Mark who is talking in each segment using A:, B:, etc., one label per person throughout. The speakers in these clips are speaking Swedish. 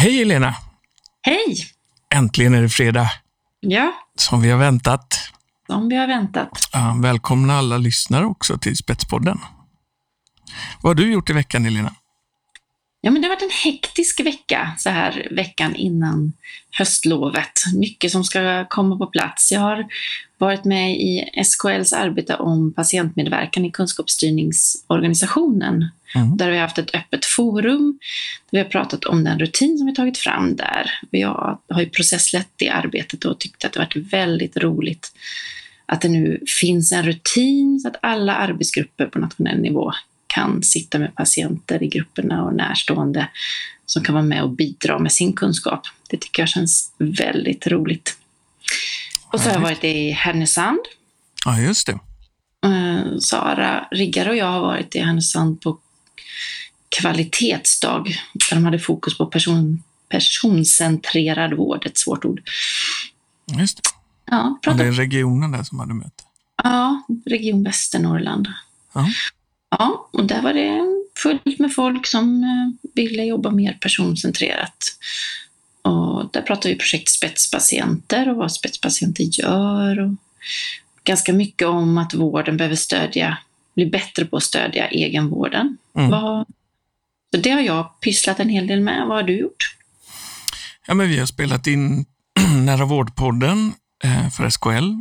A: Hej Elena!
B: Hej!
A: Äntligen är det fredag.
B: Ja,
A: Som vi har väntat. Ja, välkomna alla lyssnare också till Spetspodden. Vad har du gjort i veckan, Elena?
B: Ja, men det har varit en hektisk vecka så här veckan innan höstlovet. Mycket som ska komma på plats. Jag har varit med i SKLs arbete om patientmedverkan i kunskapsstyrningsorganisationen. Där vi har haft ett öppet forum där vi har pratat om den rutin som vi tagit fram där. Jag har ju processlett det arbetet och tyckt att det har varit väldigt roligt att det nu finns en rutin så att alla arbetsgrupper på nationell nivå kan sitta med patienter i grupperna och närstående som kan vara med och bidra med sin kunskap. Det tycker jag känns väldigt roligt. Och så har jag varit i Härnösand.
A: Ja, just det.
B: Sara Riggare och jag har varit i Härnösand på kvalitetsdag där de hade fokus på personcentrerad vård, ett svårt ord.
A: Just det.
B: Ja,
A: och det är regionen där som hade möte.
B: Ja, Region Västernorrland. Ja, och där var det fullt med folk som ville jobba mer personcentrerat. Och där pratar vi projekt spetspatienter och vad spetspatienter gör. Och ganska mycket om att vården behöver bli bättre på att stödja egenvården. Så det har jag pysslat en hel del med. Vad har du gjort?
A: Ja, men vi har spelat in Nära vårdpodden för SKL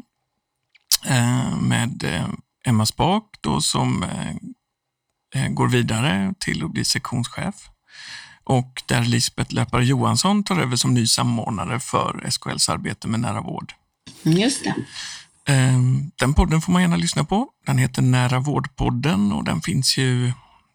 A: med Emma Spak då, som går vidare till att bli sektionschef. Och där Lisbeth Löpare Johansson tar över som ny samordnare för SKLs arbete med nära vård.
B: Just det.
A: Den podden får man gärna lyssna på. Den heter Nära vårdpodden och den finns ju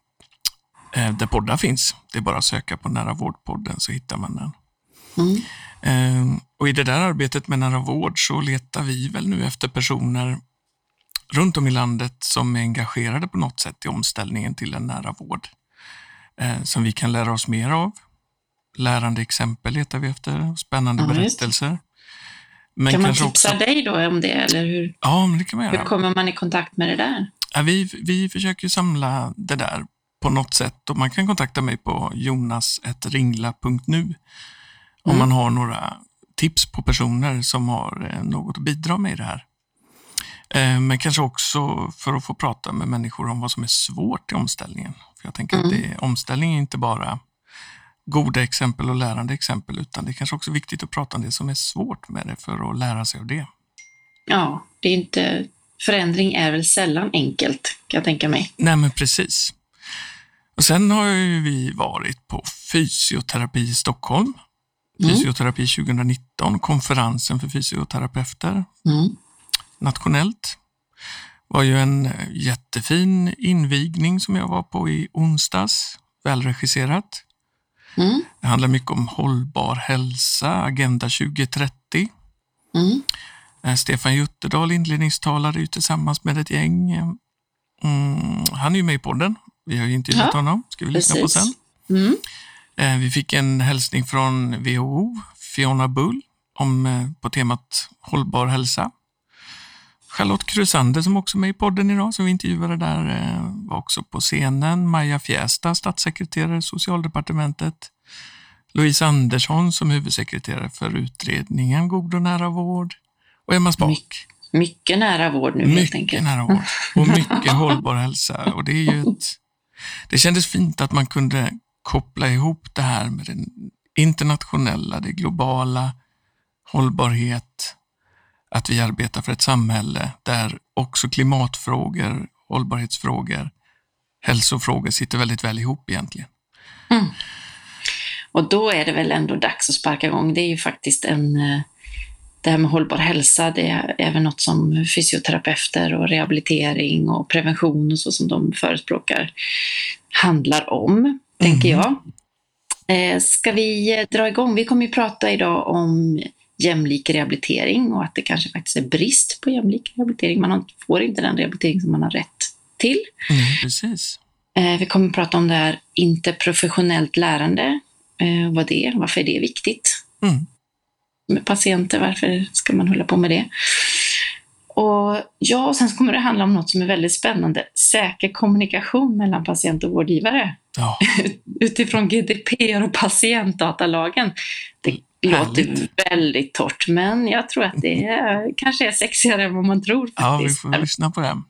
A: där poddar finns. Det är bara att söka på Nära vårdpodden så hittar man den. Och i det där arbetet med nära vård så letar vi väl nu efter personer runt om i landet som är engagerade på något sätt i omställningen till en nära vård. Som vi kan lära oss mer av. Lärande exempel letar vi efter, spännande berättelser. Men
B: kan man
A: tipsa
B: också dig då om det? Eller hur?
A: Ja, men det kan man göra.
B: Hur kommer man i kontakt med det där?
A: Ja, vi försöker samla det där på något sätt och man kan kontakta mig på jonas@ringla.nu om man har några tips på personer som har något att bidra med i det här. Men kanske också för att få prata med människor om vad som är svårt i omställningen. För jag tänker att omställning är inte bara goda exempel och lärande exempel, utan det är kanske också viktigt att prata om det som är svårt med det för att lära sig av det.
B: Ja, det är inte, förändring är väl sällan enkelt, kan jag tänka mig.
A: Nej, men precis. Och sen har ju vi varit på fysioterapi i Stockholm. Fysioterapi 2019, konferensen för fysioterapeuter. Nationellt. Var ju en jättefin invigning som jag var på i onsdags. Välregisserat. Det handlar mycket om hållbar hälsa, Agenda 2030. Stefan Jutterdal inledningstalade ju tillsammans med ett gäng. Han är ju med i podden. Vi har ju intervjuat honom. Ska vi lyssna på sen. Vi fick en hälsning från WHO, Fiona Bull, på temat hållbar hälsa. Charlotte Crusander som också är med i podden idag, som vi intervjuade där, var också på scenen. Maja Fjästa, statssekreterare, Socialdepartementet. Louise Andersson som huvudsekreterare för utredningen God och nära vård. Och Emma Spak.
B: Mycket nära vård nu helt enkelt.
A: Mycket nära vård. Och mycket hållbar hälsa. Och det är ju det kändes fint att man kunde koppla ihop det här med den internationella, det globala, hållbarhet. Att vi arbetar för ett samhälle där också klimatfrågor, hållbarhetsfrågor, hälsofrågor sitter väldigt väl ihop egentligen.
B: Och då är det väl ändå dags att sparka igång. Det är ju faktiskt det här med hållbar hälsa, det är även något som fysioterapeuter och rehabilitering och prevention och så som de förespråkar handlar om, tänker jag. Ska vi dra igång? Vi kommer ju prata idag om jämlik rehabilitering och att det kanske faktiskt är brist på jämlik rehabilitering. Man får inte den rehabilitering som man har rätt till.
A: Precis.
B: Vi kommer prata om det här interprofessionellt lärande. Varför är det viktigt? Med patienter, varför ska man hålla på med det? Och sen kommer det handla om något som är väldigt spännande. Säker kommunikation mellan patient och vårdgivare.
A: Ja.
B: Utifrån GDPR och patientdatalagen. Det låter väldigt torrt, men jag tror att det kanske är sexigare än vad man tror. Faktiskt.
A: Ja, vi får lyssna på det.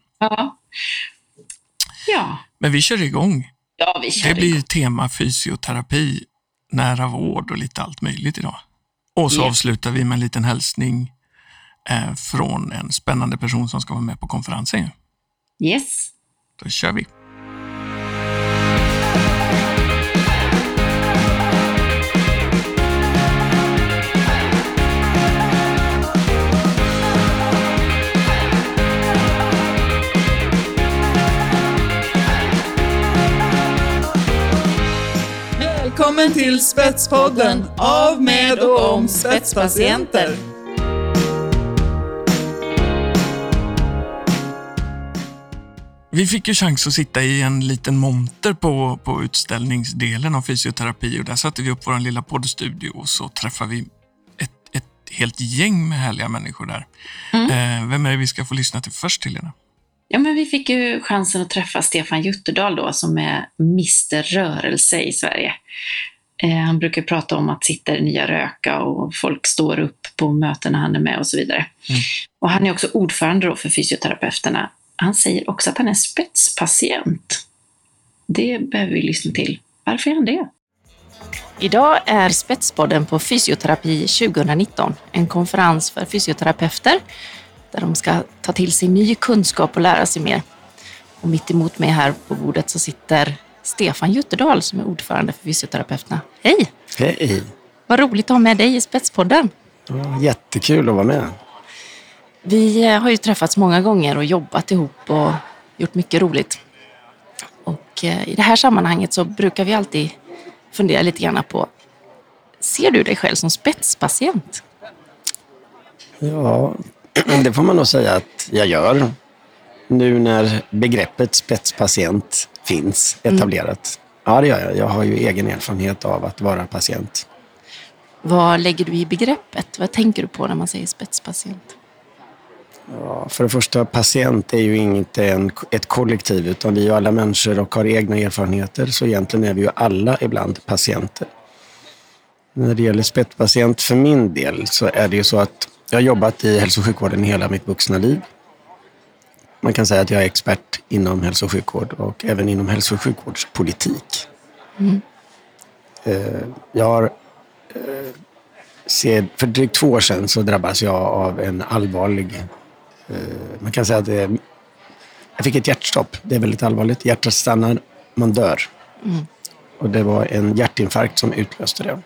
B: Ja.
A: Men vi kör igång.
B: Ja, vi kör
A: Det blir
B: igång.
A: tema fysioterapi, nära vård och lite allt möjligt idag. Och så avslutar vi med en liten hälsning från en spännande person som ska vara med på konferensen.
B: Yes.
A: Då kör vi.
C: Välkommen till Spetspodden av, med och om spetspatienter.
A: Vi fick ju chans att sitta i en liten monter på utställningsdelen av fysioterapi och där satte vi upp vår lilla poddstudio och så träffade vi ett helt gäng med härliga människor där. Vem är det vi ska få lyssna till först, Helena?
B: Ja, men vi fick ju chansen att träffa Stefan Jutterdal då, som är Mr. Rörelse i Sverige. Han brukar prata om att sitta i nya röka och folk står upp på möten när han är med och så vidare. Och han är också ordförande då för fysioterapeuterna. Han säger också att han är spetspatient. Det behöver vi lyssna till. Varför är han det?
D: Idag är Spetspodden på Fysioterapi 2019, en konferens för fysioterapeuter där de ska ta till sig ny kunskap och lära sig mer. Och mitt emot mig här på bordet så sitter Stefan Jutterdal som är ordförande för fysioterapeuterna. Hej!
E: Hej!
D: Vad roligt att ha med dig i Spetspodden.
E: Ja, jättekul att vara med.
D: Vi har ju träffats många gånger och jobbat ihop och gjort mycket roligt. Och i det här sammanhanget så brukar vi alltid fundera lite grann på, ser du dig själv som spetspatient?
E: Ja, det får man nog säga att jag gör. Nu när begreppet spetspatient finns etablerat. Ja, det gör jag. Jag har ju egen erfarenhet av att vara patient.
D: Vad lägger du i begreppet? Vad tänker du på när man säger spetspatient?
E: Ja, för det första, patient är ju inte ett kollektiv utan vi är ju alla människor och har egna erfarenheter. Så egentligen är vi ju alla ibland patienter. När det gäller spetspatient för min del så är det ju så att jag har jobbat i hälso- och sjukvården hela mitt vuxna liv. Man kan säga att jag är expert inom hälso- och sjukvård och även inom hälso- och sjukvårdspolitik. Jag har, för drygt 2 år sedan så drabbades jag av en allvarlig, man kan säga att jag fick ett hjärtstopp. Det är väldigt allvarligt. Hjärtat stannar, man dör. Och det var en hjärtinfarkt som utlöste det.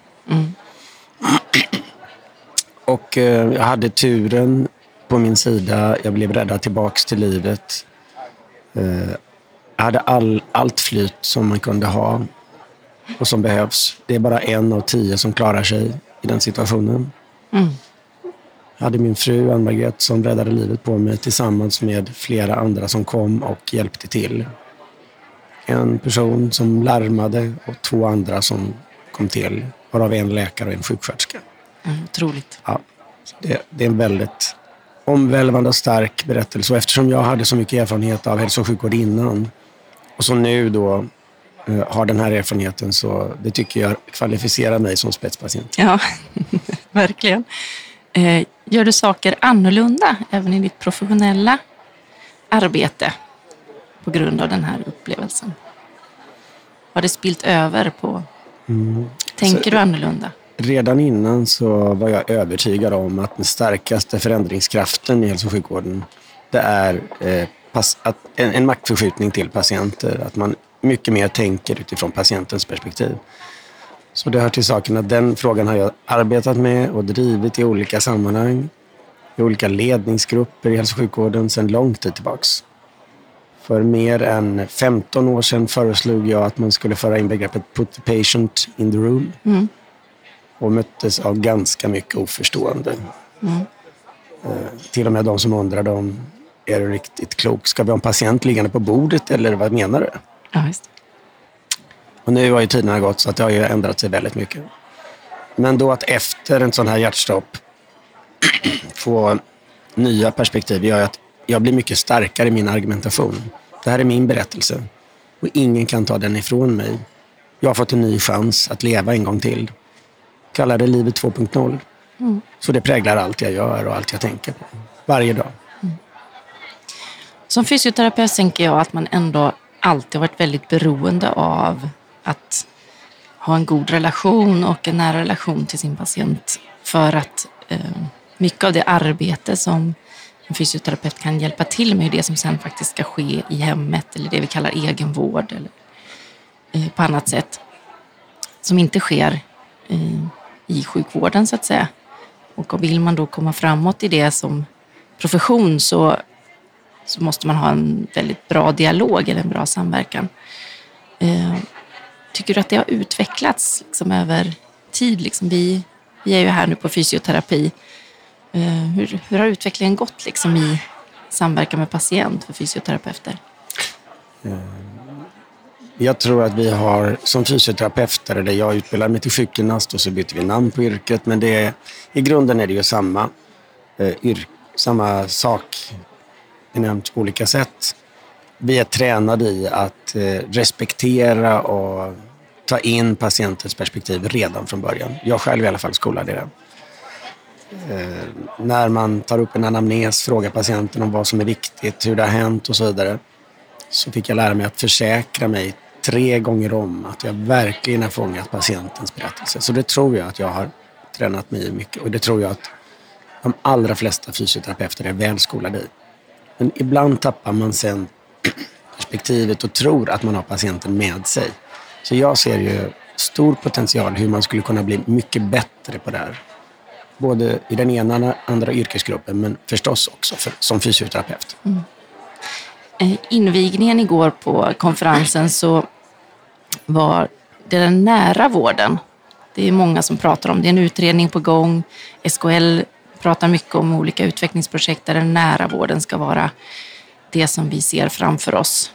E: Och jag hade turen på min sida. Jag blev räddad tillbaks till livet. Jag hade allt flyt som man kunde ha och som behövs. Det är bara 1 av 10 som klarar sig i den situationen. Jag hade min fru Ann-Margret som räddade livet på mig tillsammans med flera andra som kom och hjälpte till. En person som larmade och 2 andra som kom till. Varav en läkare och en sjuksköterska.
D: Otroligt.
E: Ja, det är en väldigt omvälvande och stark berättelse. Och eftersom jag hade så mycket erfarenhet av hälso- och sjukvård innan och som nu då har den här erfarenheten, så det tycker jag kvalificerar mig som spetspatient.
D: Ja, verkligen. Gör du saker annorlunda även i ditt professionella arbete på grund av den här upplevelsen? Har det spilt över på... Tänker du annorlunda?
E: Redan innan så var jag övertygad om att den starkaste förändringskraften i hälso- och sjukvården, det är en maktförskjutning till patienter. Att man mycket mer tänker utifrån patientens perspektiv. Så det hör till saken att den frågan har jag arbetat med och drivit i olika sammanhang. I olika ledningsgrupper i hälso- och sjukvården sedan lång tid tillbaks. För mer än 15 år sedan föreslog jag att man skulle föra in begreppet put the patient in the room. Och möttes av ganska mycket oförstående. Till och med de som undrade om, är det riktigt klok? Ska vi ha en patient liggande på bordet eller vad menar du?
D: Ja, just.
E: Och nu har ju tiderna gått så att det har ju ändrat sig väldigt mycket. Men då att efter en sån här hjärtstopp få nya perspektiv gör att jag blir mycket starkare i min argumentation. Det här är min berättelse och ingen kan ta den ifrån mig. Jag har fått en ny chans att leva en gång till. Kallar det livet 2.0. Så det präglar allt jag gör och allt jag tänker på. Varje dag.
D: Som fysioterapeut tänker jag att man ändå alltid varit väldigt beroende av att ha en god relation och en nära relation till sin patient. För att mycket av det arbete som en fysioterapeut kan hjälpa till med är det som sen faktiskt ska ske i hemmet eller det vi kallar egenvård eller på annat sätt som inte sker i sjukvården så att säga. Och vill man då komma framåt i det som profession så måste man ha en väldigt bra dialog eller en bra samverkan. Tycker du att det har utvecklats liksom över tid? Liksom vi är ju här nu på fysioterapi. Hur har utvecklingen gått liksom i samverkan med patient för fysioterapeuter?
E: Jag tror att vi har som fysioterapeuter, eller jag utbildar mig till sjukgymnast och så byter vi namn på yrket, men i grunden är det ju samma sak benämnt på olika sätt. Vi är tränade i att respektera och ta in patientens perspektiv redan från början. Jag själv i alla fall skolad i det. När man tar upp en anamnes, frågar patienten om vad som är viktigt, hur det har hänt och så vidare, så fick jag lära mig att försäkra mig 3 gånger om att jag verkligen har fångat patientens berättelse. Så det tror jag att jag har tränat mig mycket och det tror jag att de allra flesta fysioterapeuter är väl skolade i. Men ibland tappar man sen perspektivet och tror att man har patienten med sig. Så jag ser ju stor potential hur man skulle kunna bli mycket bättre på det här. Både i den ena och andra yrkesgruppen, men förstås också som fysioterapeut.
D: Invigningen igår på konferensen så var det den nära vården. Det är många som pratar om. Det är en utredning på gång. SKL pratar mycket om olika utvecklingsprojekt där den nära vården ska vara det som vi ser framför oss.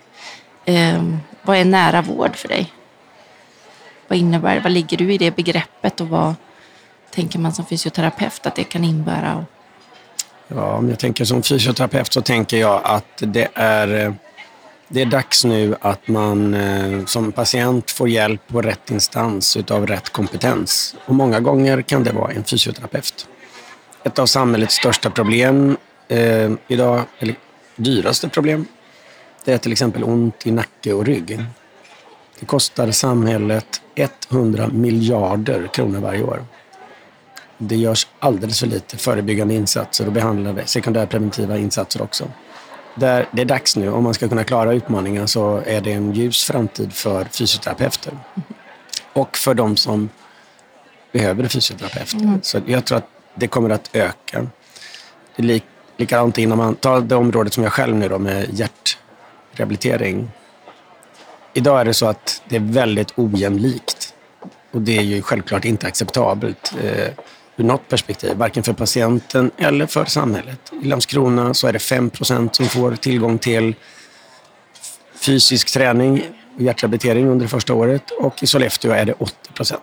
D: Vad är nära vård för dig? Vad innebär, vad ligger du i det begreppet och vad tänker man som fysioterapeut att det kan innebära?
E: Ja, om jag tänker som fysioterapeut så tänker jag att det är dags nu att man som patient får hjälp på rätt instans utav rätt kompetens. Och många gånger kan det vara en fysioterapeut. Ett av samhällets största problem idag, eller dyraste problem, det är till exempel ont i nacke och rygg. Det kostar samhället 100 miljarder kronor varje år. Det görs alldeles för lite förebyggande insatser och behandlade sekundärpreventiva insatser också. Det är dags nu, om man ska kunna klara utmaningen så är det en ljus framtid för fysioterapeuter. Och för de som behöver fysioterapeuter. Så jag tror att det kommer att öka. Det är likadant innan man tar det området som jag själv nu då med hjärtrehabilitering. Idag är det så att det är väldigt ojämlikt. Och det är ju självklart inte acceptabelt ur något perspektiv, varken för patienten eller för samhället. I Landskrona så är det 5% som får tillgång till fysisk träning och hjärtrehabilitering under det första året och i Sollefteå är det 80%.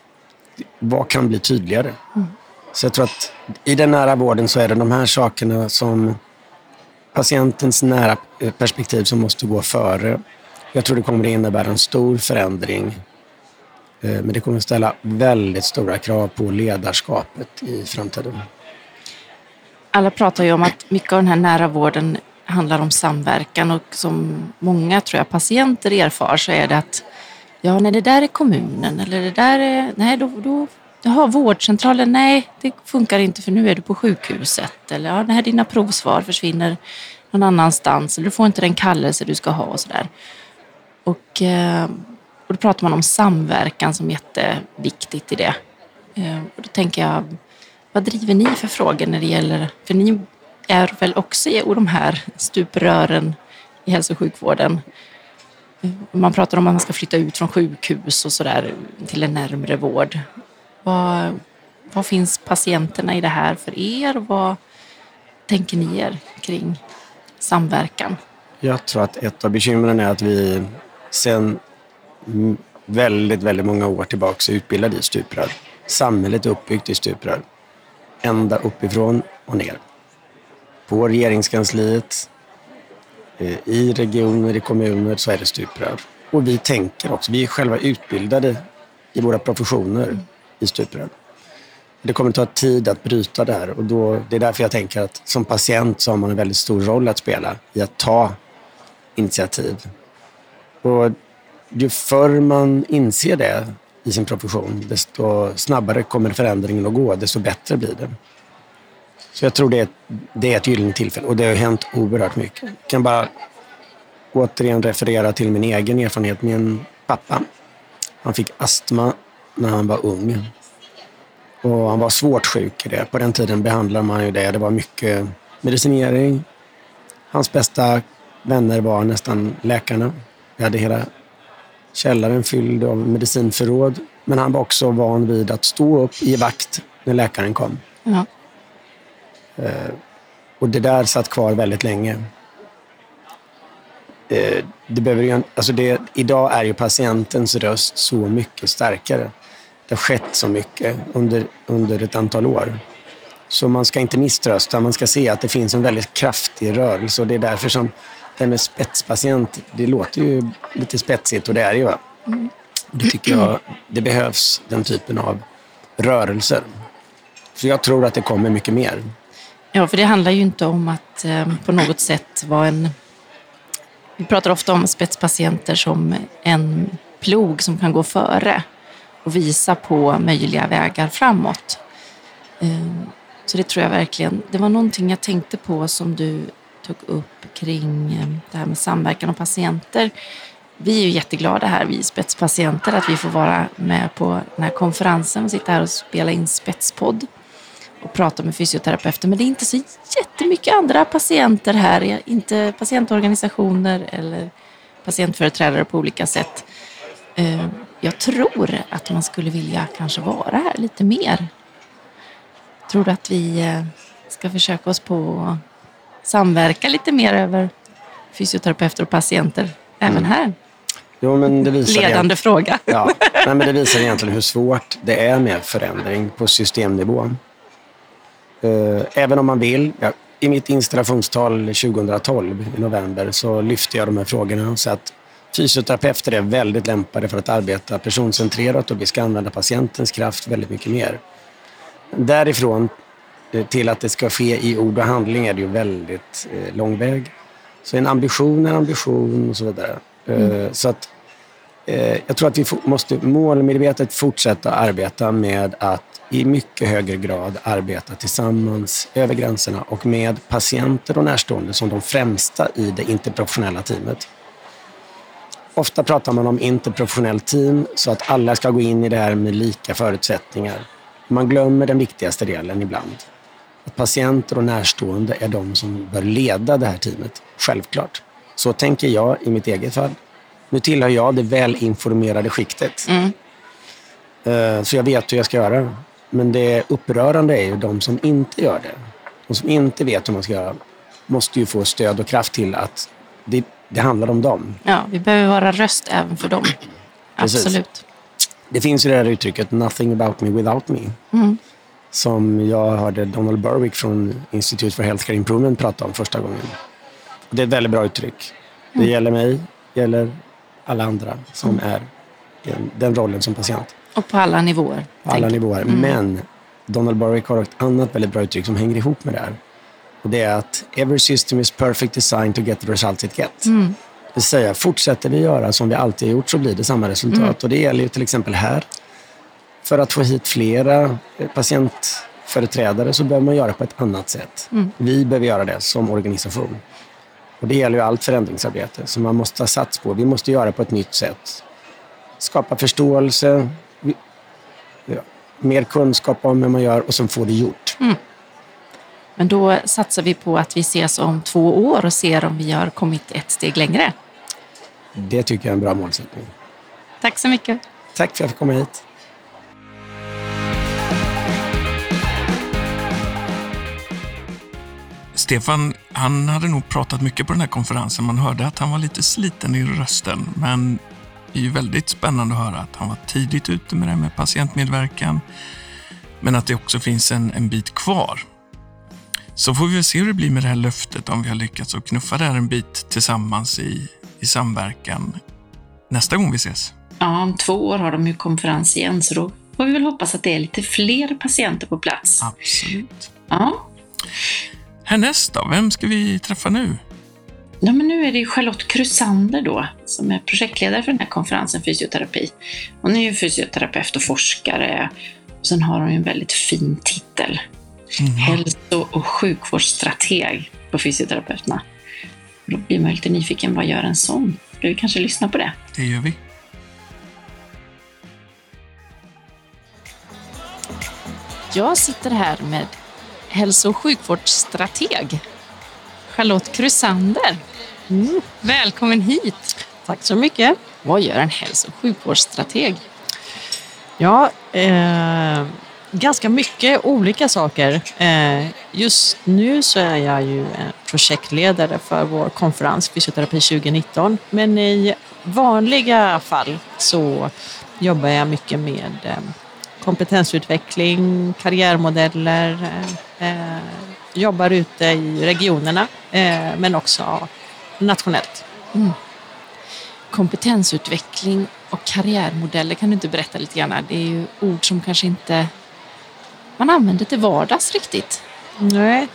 E: Vad kan bli tydligare? Så jag tror att i den nära vården så är det de här sakerna som patientens nära perspektiv som måste gå före. Jag tror det kommer att innebära en stor förändring. Men det kommer att ställa väldigt stora krav på ledarskapet i framtiden.
D: Alla pratar ju om att mycket av den här nära vården handlar om samverkan och som många tror jag patienter erfar så är det att ja, när det där är kommunen eller det där är, nej då har vårdcentralen, nej det funkar inte för nu är du på sjukhuset eller ja, när dina provsvar försvinner någon annanstans eller du får inte den kallelse du ska ha och sådär. Och då pratar man om samverkan som jätteviktigt i det. Och då tänker jag, vad driver ni för frågor när det gäller, för ni är väl också i de här stuprören i hälso- och sjukvården. Man pratar om att man ska flytta ut från sjukhus och sådär till en närmare vård. Vad finns patienterna i det här för er? Vad tänker ni er kring samverkan?
E: Jag tror att ett av bekymren är att vi sen väldigt, väldigt många år tillbaka är utbildade i stuprör. Samhället är uppbyggt i stuprör. Ända uppifrån och ner. på regeringskansliet, i regioner, i kommuner, så är det stuprör. Och vi tänker också, vi är själva utbildade i våra professioner i stuprör. Det kommer ta tid att bryta det här, och det är därför jag tänker att som patient så har man en väldigt stor roll att spela i att ta initiativ. Och ju förr man inser det i sin profession, desto snabbare kommer förändringen att gå, desto bättre blir det. Så jag tror det är ett gyllene tillfälle, och det har hänt oerhört mycket. Jag kan bara återigen referera till min egen erfarenhet. Min pappa, han fick astma när han var ung. Och han var svårt sjuk i det. På den tiden behandlade man ju det. Det var mycket medicinering. Hans bästa vänner var nästan läkarna. Vi hade hela källaren fylld av medicinförråd. Men han var också van vid att stå upp i vakt när läkaren kom.
D: Ja.
E: Och det där satt kvar väldigt länge. Idag är ju patientens röst så mycket starkare. Det har skett så mycket under ett antal år. Så man ska inte misströsta. Man ska se att det finns en väldigt kraftig rörelse. Och det är därför som det med spetspatient, det låter ju lite spetsigt, och det är det ju. Det tycker jag, det behövs den typen av rörelser. Så jag tror att det kommer mycket mer.
D: Ja, för det handlar ju inte om att på något sätt vara en... Vi pratar ofta om spetspatienter som en plog som kan gå före och visa på möjliga vägar framåt. Så det tror jag verkligen. Det var någonting jag tänkte på som du tog upp kring det här med samverkan och patienter. Vi är ju jätteglada här, vi spetspatienter, att vi får vara med på den här konferensen och sitta här och spela in spetspodd och prata med fysioterapeuter. Men det är inte så jättemycket andra patienter här, inte patientorganisationer eller patientföreträdare på olika sätt. Jag tror att man skulle vilja kanske vara här lite mer. Tror du att vi ska försöka oss på att samverka lite mer över fysioterapeuter och patienter även här?
E: Jo, men det visar
D: ledande fråga.
E: Ja, men det visar egentligen hur svårt det är med förändring på systemnivå. Även om man vill. I mitt installationstal 2012 i november så lyfte jag de här frågorna och sa att fysioterapeuter är väldigt lämpade för att arbeta personcentrerat, och vi ska använda patientens kraft väldigt mycket mer. Därifrån till att det ska ske i ord och handling är det ju väldigt lång väg. Så en ambition och så vidare. Så att jag tror att vi måste målmedvetet fortsätta arbeta med att i mycket högre grad arbeta tillsammans över gränserna och med patienter och närstående som de främsta i det interprofessionella teamet. Ofta pratar man om interprofessionellt team så att alla ska gå in i det här med lika förutsättningar. Man glömmer den viktigaste delen ibland. Att patienter och närstående är de som bör leda det här teamet, självklart. Så tänker jag i mitt eget fall. Nu tillhör jag det välinformerade skiktet. Så jag vet hur jag ska göra. Men det upprörande är ju de som inte gör det. De som inte vet hur man ska göra måste ju få stöd och kraft till att det handlar om dem.
D: Ja, vi behöver vara röst även för dem.
E: Precis.
D: Absolut.
E: Det finns ju det här uttrycket nothing about me without me. Som jag hörde Donald Berwick från Institute for Healthcare Improvement prata om första gången. Det är ett väldigt bra uttryck. Det gäller mig, gäller alla andra som är den rollen som patient.
D: Och på alla nivåer.
E: På alla nivåer. Men Donald Berwick har ett annat väldigt bra uttryck som hänger ihop med det här. Och det är att every system is perfect designed to get the results it get. Det vill säga, fortsätter vi göra som vi alltid har gjort så blir det samma resultat. Och det gäller ju till exempel här. För att få hit flera patientföreträdare så behöver man göra på ett annat sätt. Vi behöver göra det som organisation. Och det gäller ju allt förändringsarbete som man måste ha sats på. Vi måste göra på ett nytt sätt. Skapa förståelse, mer kunskap om hur man gör och sen få det gjort.
D: Men då satsar vi på att vi ses om 2 år och ser om vi har kommit ett steg längre.
E: Det tycker jag är en bra målsättning.
D: Tack så mycket.
E: Tack för att jag fick komma hit.
A: Stefan, han hade nog pratat mycket på den här konferensen. Man hörde att han var lite sliten i rösten, men det är ju väldigt spännande att höra att han var tidigt ute med det med patientmedverkan, men att det också finns en bit kvar. Så får vi väl se hur det blir med det här löftet, om vi har lyckats att knuffa det här en bit tillsammans i samverkan nästa gång vi ses.
B: Ja, om 2 år har de ju konferens igen, så då får vi väl hoppas att det är lite fler patienter på plats.
A: Absolut.
B: Ja.
A: Härnäst då, vem ska vi träffa nu?
B: Ja, men nu är det ju Charlotte Crusander då, som är projektledare för den här konferensen fysioterapi. Hon är ju fysioterapeut och forskare. Och sen har hon ju en väldigt fin titel. Hälso- och sjukvårdsstrateg på fysioterapeuterna. Då blir man lite nyfiken, vad gör en sån? Du kanske lyssnar på det.
A: Det gör vi.
D: Jag sitter här med hälso- och sjukvårdsstrateg Charlotte Crusander. Välkommen hit.
F: Tack så mycket.
D: Vad gör en hälso- och sjukvårdsstrateg?
F: Ja, ganska mycket olika saker. Just nu så är jag ju projektledare för vår konferens Fysioterapi 2019. Men i vanliga fall så jobbar jag mycket med kompetensutveckling, karriärmodeller, jobbar ute i regionerna men också nationellt.
D: Kompetensutveckling och karriärmodeller, kan du inte berätta lite grann? Det är ju ord som kanske inte man använder till vardags riktigt.
F: Nej,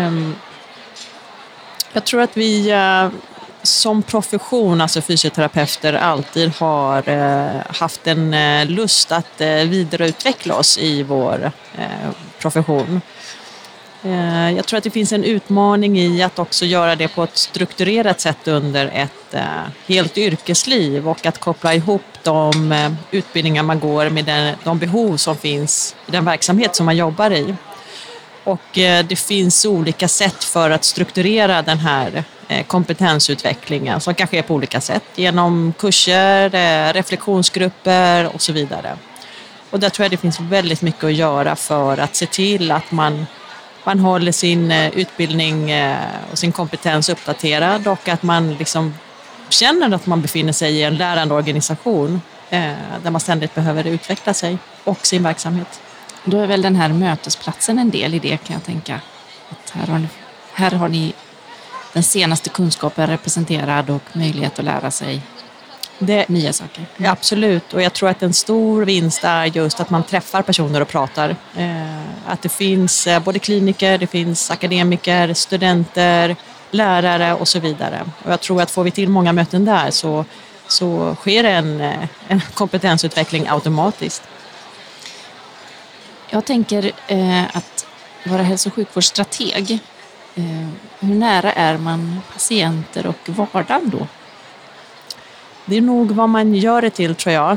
F: jag tror att vi som profession, alltså fysioterapeuter, alltid har haft en lust att vidareutveckla oss i vår profession. Jag tror att det finns en utmaning i att också göra det på ett strukturerat sätt under ett helt yrkesliv och att koppla ihop de utbildningar man går med de behov som finns i den verksamhet som man jobbar i. Och det finns olika sätt för att strukturera den här kompetensutvecklingen som kan ske på olika sätt genom kurser, reflektionsgrupper och så vidare. Och där tror jag det finns väldigt mycket att göra för att se till att man håller sin utbildning och sin kompetens uppdaterad och att man liksom känner att man befinner sig i en lärande organisation där man ständigt behöver utveckla sig och sin verksamhet.
D: Då är väl den här mötesplatsen en del i det, kan jag tänka. Att här har ni den senaste kunskapen representerad och möjlighet att lära sig nya saker.
F: Ja, absolut, och jag tror att en stor vinst är just att man träffar personer och pratar. Att det finns både kliniker, det finns akademiker, studenter, lärare och så vidare. Och jag tror att får vi till många möten där så sker en kompetensutveckling automatiskt.
D: Jag tänker att vara hälso- och sjukvårdsstrateg, hur nära är man patienter och vardagen då?
F: Det är nog vad man gör det till, tror jag.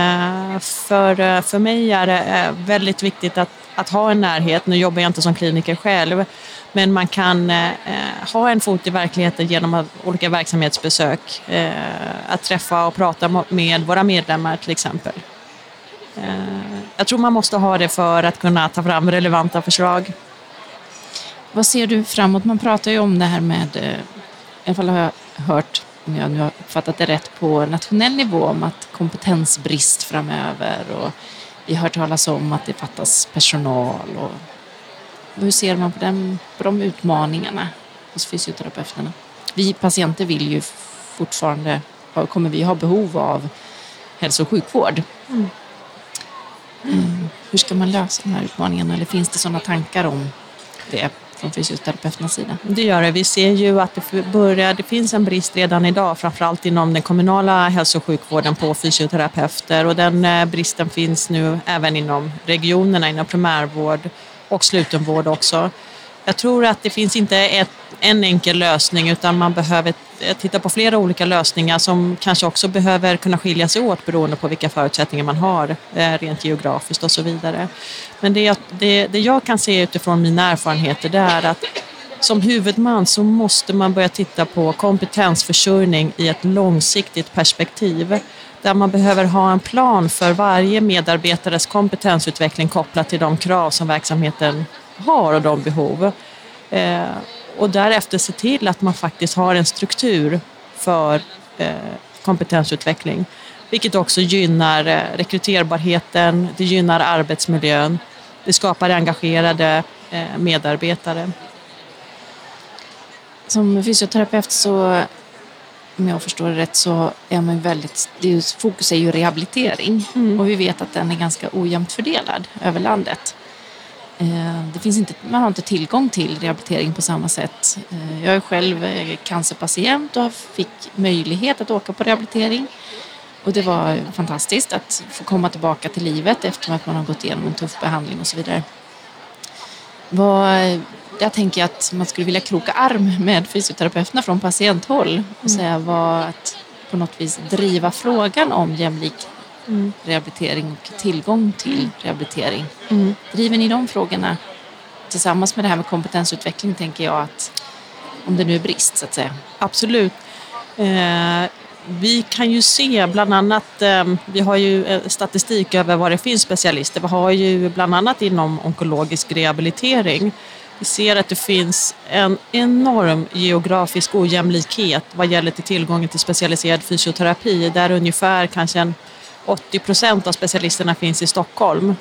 F: För mig är det väldigt viktigt att ha en närhet. Nu jobbar jag inte som kliniker själv, men man kan ha en fot i verkligheten genom olika verksamhetsbesök. Att träffa och prata med våra medlemmar till exempel. Jag tror man måste ha det för att kunna ta fram relevanta förslag.
D: Vad ser du framåt? Man pratar ju om det här med, i alla fall har jag hört, om jag nu har uppfattat det rätt, på nationell nivå om att kompetensbrist framöver, och vi har hört talas om att det fattas personal. Och hur ser man på de utmaningarna hos fysioterapeuterna? Vi patienter vill ju fortfarande, kommer vi ha behov av hälso- och sjukvård. Hur ska man lösa de här utmaningarna? Eller finns det sådana tankar om det från fysioterapeuternas sida?
F: Det gör det. Vi ser ju att det finns en brist redan idag, framförallt inom den kommunala hälso- och sjukvården på fysioterapeuter. Och den bristen finns nu även inom regionerna, inom primärvård och slutenvård också. Jag tror att det finns inte en enkel lösning, utan man behöver titta på flera olika lösningar som kanske också behöver kunna skilja sig åt beroende på vilka förutsättningar man har rent geografiskt och så vidare. Men det jag kan se utifrån mina erfarenheter, det är att som huvudman så måste man börja titta på kompetensförsörjning i ett långsiktigt perspektiv, där man behöver ha en plan för varje medarbetares kompetensutveckling kopplat till de krav som verksamheten har och de behov. Och därefter se till att man faktiskt har en struktur för kompetensutveckling. Vilket också gynnar rekryterbarheten, det gynnar arbetsmiljön, det skapar engagerade medarbetare.
D: Som fysioterapeut så, om jag förstår det rätt, så är man fokus är ju rehabilitering. Och vi vet att den är ganska ojämnt fördelad över landet. Man har inte tillgång till rehabilitering på samma sätt. Jag är själv cancerpatient och fick möjlighet att åka på rehabilitering. Och det var fantastiskt att få komma tillbaka till livet efter att man har gått igenom en tuff behandling och så vidare. Jag tänker att man skulle vilja kroka arm med fysioterapeuterna från patienthåll och säga att på något vis driva frågan om jämlik rehabilitering och tillgång till rehabilitering. Driver ni de frågorna tillsammans med det här med kompetensutveckling, tänker jag, att om det nu är brist så att säga?
F: Absolut. Vi kan ju se bland annat, vi har ju statistik över vad det finns specialister. Vi har ju bland annat inom onkologisk rehabilitering. Vi ser att det finns en enorm geografisk ojämlikhet vad gäller till tillgången till specialiserad fysioterapi. Där ungefär kanske 80% av specialisterna finns i Stockholm.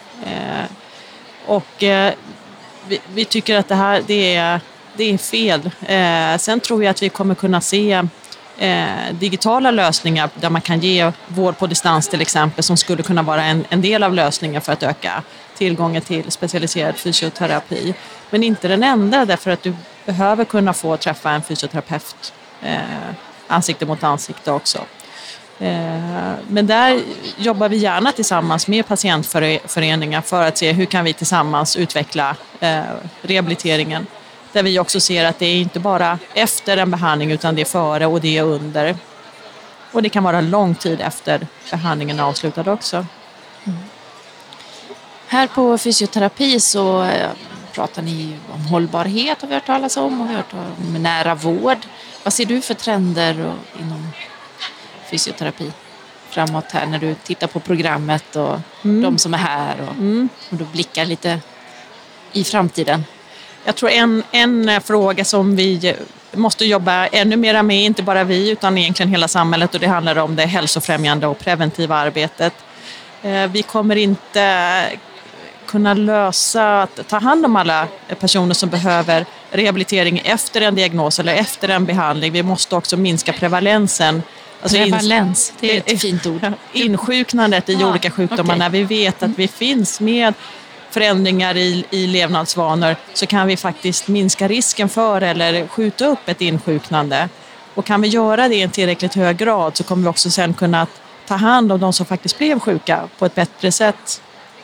F: Vi tycker att det är fel. Sen tror jag att vi kommer kunna se digitala lösningar där man kan ge vård på distans till exempel, som skulle kunna vara en del av lösningen för att öka tillgången till specialiserad fysioterapi. Men inte den enda, därför att du behöver kunna få träffa en fysioterapeut ansikte mot ansikte också. Men där jobbar vi gärna tillsammans med patientföreningar för att se hur kan vi tillsammans utveckla rehabiliteringen. Där vi också ser att det är inte bara efter en behandling utan det är före och det är under. Och det kan vara lång tid efter behandlingen är avslutad också.
D: Här på fysioterapi så pratar ni om hållbarhet, har vi hört talas om, och vi har hört om nära vård. Vad ser du för trender inom fysioterapi framåt här när du tittar på programmet och de som är här och du blickar lite i framtiden?
F: Jag tror en fråga som vi måste jobba ännu mer med, inte bara vi utan egentligen hela samhället, och det handlar om det hälsofrämjande och preventiva arbetet. Vi kommer inte kunna lösa att ta hand om alla personer som behöver rehabilitering efter en diagnos eller efter en behandling. Vi måste också minska prevalensen.
D: Alltså prevalens, det är ett fint ord.
F: Insjuknandet i olika sjukdomar. När vi vet att vi finns med förändringar i levnadsvanor, så kan vi faktiskt minska risken för eller skjuta upp ett insjuknande. Och kan vi göra det i en tillräckligt hög grad, så kommer vi också sen kunna ta hand om de som faktiskt blev sjuka på ett bättre sätt.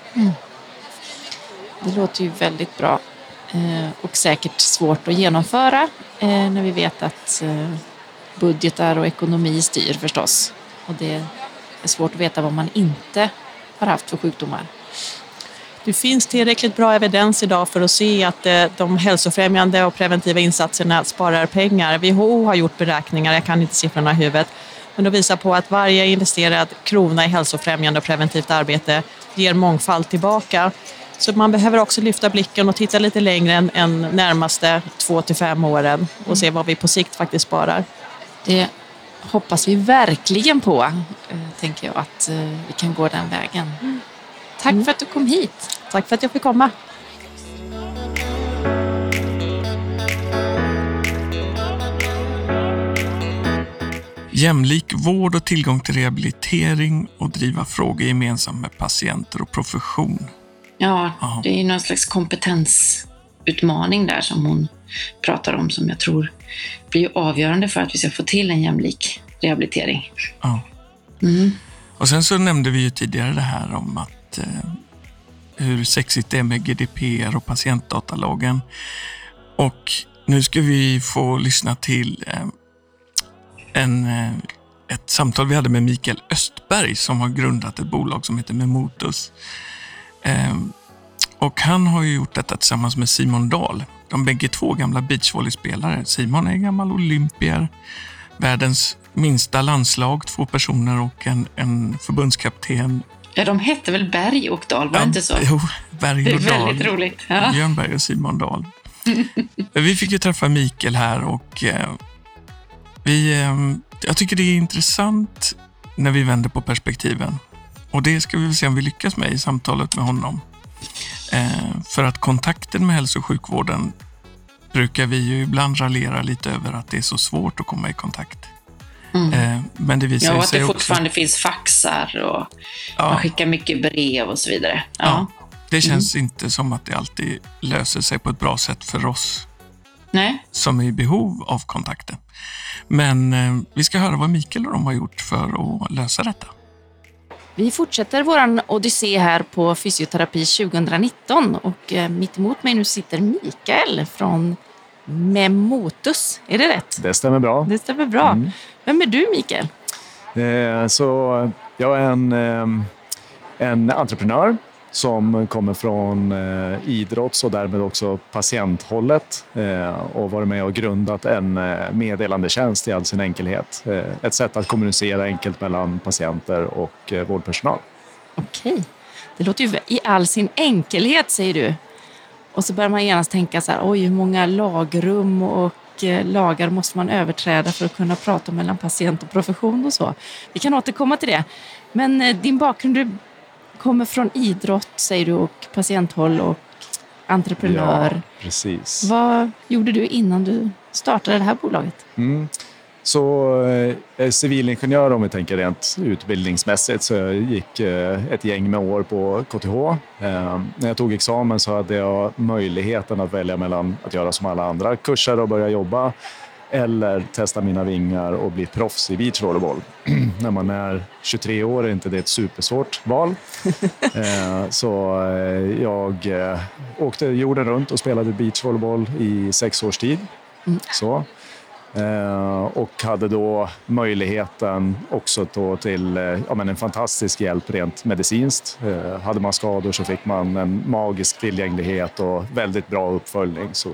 D: Det låter ju väldigt bra och säkert svårt att genomföra när vi vet att budgetar och ekonomi styr förstås. Och det är svårt att veta vad man inte har haft för sjukdomar.
F: Det finns tillräckligt bra evidens idag för att se att de hälsofrämjande och preventiva insatserna sparar pengar. WHO har gjort beräkningar, jag kan inte siffrorna i huvudet, men de visar på att varje investerad krona i hälsofrämjande och preventivt arbete ger mångfald tillbaka. Så man behöver också lyfta blicken och titta lite längre än närmaste 2-5 åren och se vad vi på sikt faktiskt sparar.
D: Det hoppas vi verkligen på, tänker jag, att vi kan gå den vägen. Tack för att du kom hit.
F: Tack för att jag fick komma.
A: Jämlik vård och tillgång till rehabilitering och driva frågor gemensamt med patienter och profession.
B: Ja, det är ju någon slags kompetensutmaning där som hon pratar om, som jag tror blir avgörande för att vi ska få till en jämlik rehabilitering.
A: Ja. Och sen så nämnde vi ju tidigare det här om att hur sexigt det är med GDPR och patientdatalagen. Och nu ska vi få lyssna till ett samtal vi hade med Mikael Östberg som har grundat ett bolag som heter Memotus. Och han har ju gjort detta tillsammans med Simon Dahl. De bägge två gamla beachvolleyspelare. Simon är gammal olympier, världens minsta landslag, 2 personer och en förbundskapten.
B: Ja, de hette väl Berg och Dahl, var det inte så?
A: Jo, Berg och Dahl.
B: Det är väldigt roligt. Ja.
A: Björn Berg och Simon Dahl. Vi fick ju träffa Mikael här och jag tycker det är intressant när vi vänder på perspektiven. Och det ska vi väl se om vi lyckas med i samtalet med honom. För att kontakten med hälso- och sjukvården brukar vi ju ibland raljera lite över att det är så svårt att komma i kontakt. Men det visar
B: sig
A: också...
B: att det fortfarande finns faxar och man skickar mycket brev och så vidare. Ja.
A: Det känns inte som att det alltid löser sig på ett bra sätt för oss som är i behov av kontakten. Men vi ska höra vad Mikael och de har gjort för att lösa detta.
D: Vi fortsätter våran odyssé här på Fysioterapi 2019 och mitt emot mig nu sitter Mikael från Memotus. Är det rätt?
G: Det stämmer bra.
D: Det stämmer bra. Vem är du, Mikael?
G: Så jag är en entreprenör som kommer från idrotts- och därmed också patienthållet och varit med och grundat en meddelandetjänst i all sin enkelhet. Ett sätt att kommunicera enkelt mellan patienter och vårdpersonal.
D: Okej, det låter ju i all sin enkelhet, säger du. Och så börjar man genast tänka så här, oj, hur många lagrum och lagar måste man överträda för att kunna prata mellan patient och profession och så. Vi kan återkomma till det. Men din bakgrund, du kommer från idrott, säger du, och patienthåll och entreprenör.
G: Ja, precis.
D: Vad gjorde du innan du startade det här bolaget?
G: Så jag är civilingenjör om vi tänker rent utbildningsmässigt, så jag gick ett gäng med år på KTH. När jag tog examen så hade jag möjligheten att välja mellan att göra som alla andra kurser och börja jobba eller testa mina vingar och bli proffs i beachvolleyboll. När man är 23 år är inte det ett supersvårt val. Så jag åkte jorden runt och spelade beachvolleyboll i 6 års tid. Så. Och hade då möjligheten också till en fantastisk hjälp rent medicinskt. Hade man skador så fick man en magisk tillgänglighet och väldigt bra uppföljning. Så.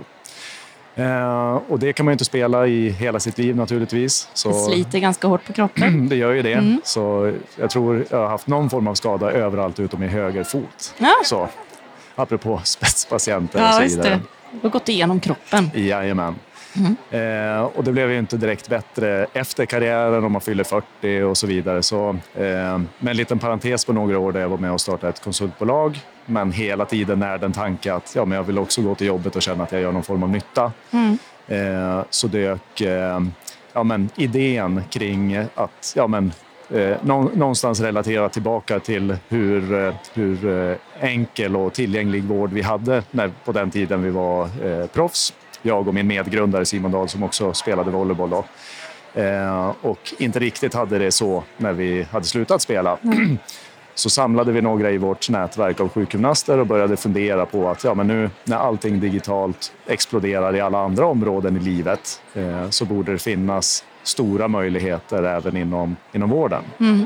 G: Och det kan man ju inte spela i hela sitt liv naturligtvis. Så
D: det sliter ganska hårt på kroppen.
G: Det gör ju det. Så jag tror jag har haft någon form av skada överallt utom i höger fot.
D: Ja.
G: Så, apropå spetspatienter och så vidare.
D: Ja, just det. Du har gått igenom kroppen.
G: Jajamän. Och det blev ju inte direkt bättre efter karriären om man fyller 40 och så vidare. Så, med en liten parentes på några år där jag var med och startade ett konsultbolag. Men hela tiden när den tanken att men jag vill också gå till jobbet och känna att jag gör någon form av nytta. Så dök idén kring att någonstans relatera tillbaka till hur enkel och tillgänglig vård vi hade på den tiden vi var proffs. Jag och min medgrundare Simon Dahl som också spelade volleyboll då. Och inte riktigt hade det så när vi hade slutat spela. Så samlade vi några i vårt nätverk av sjukgymnaster och började fundera på att nu när allting digitalt exploderar i alla andra områden i livet så borde det finnas stora möjligheter även inom vården.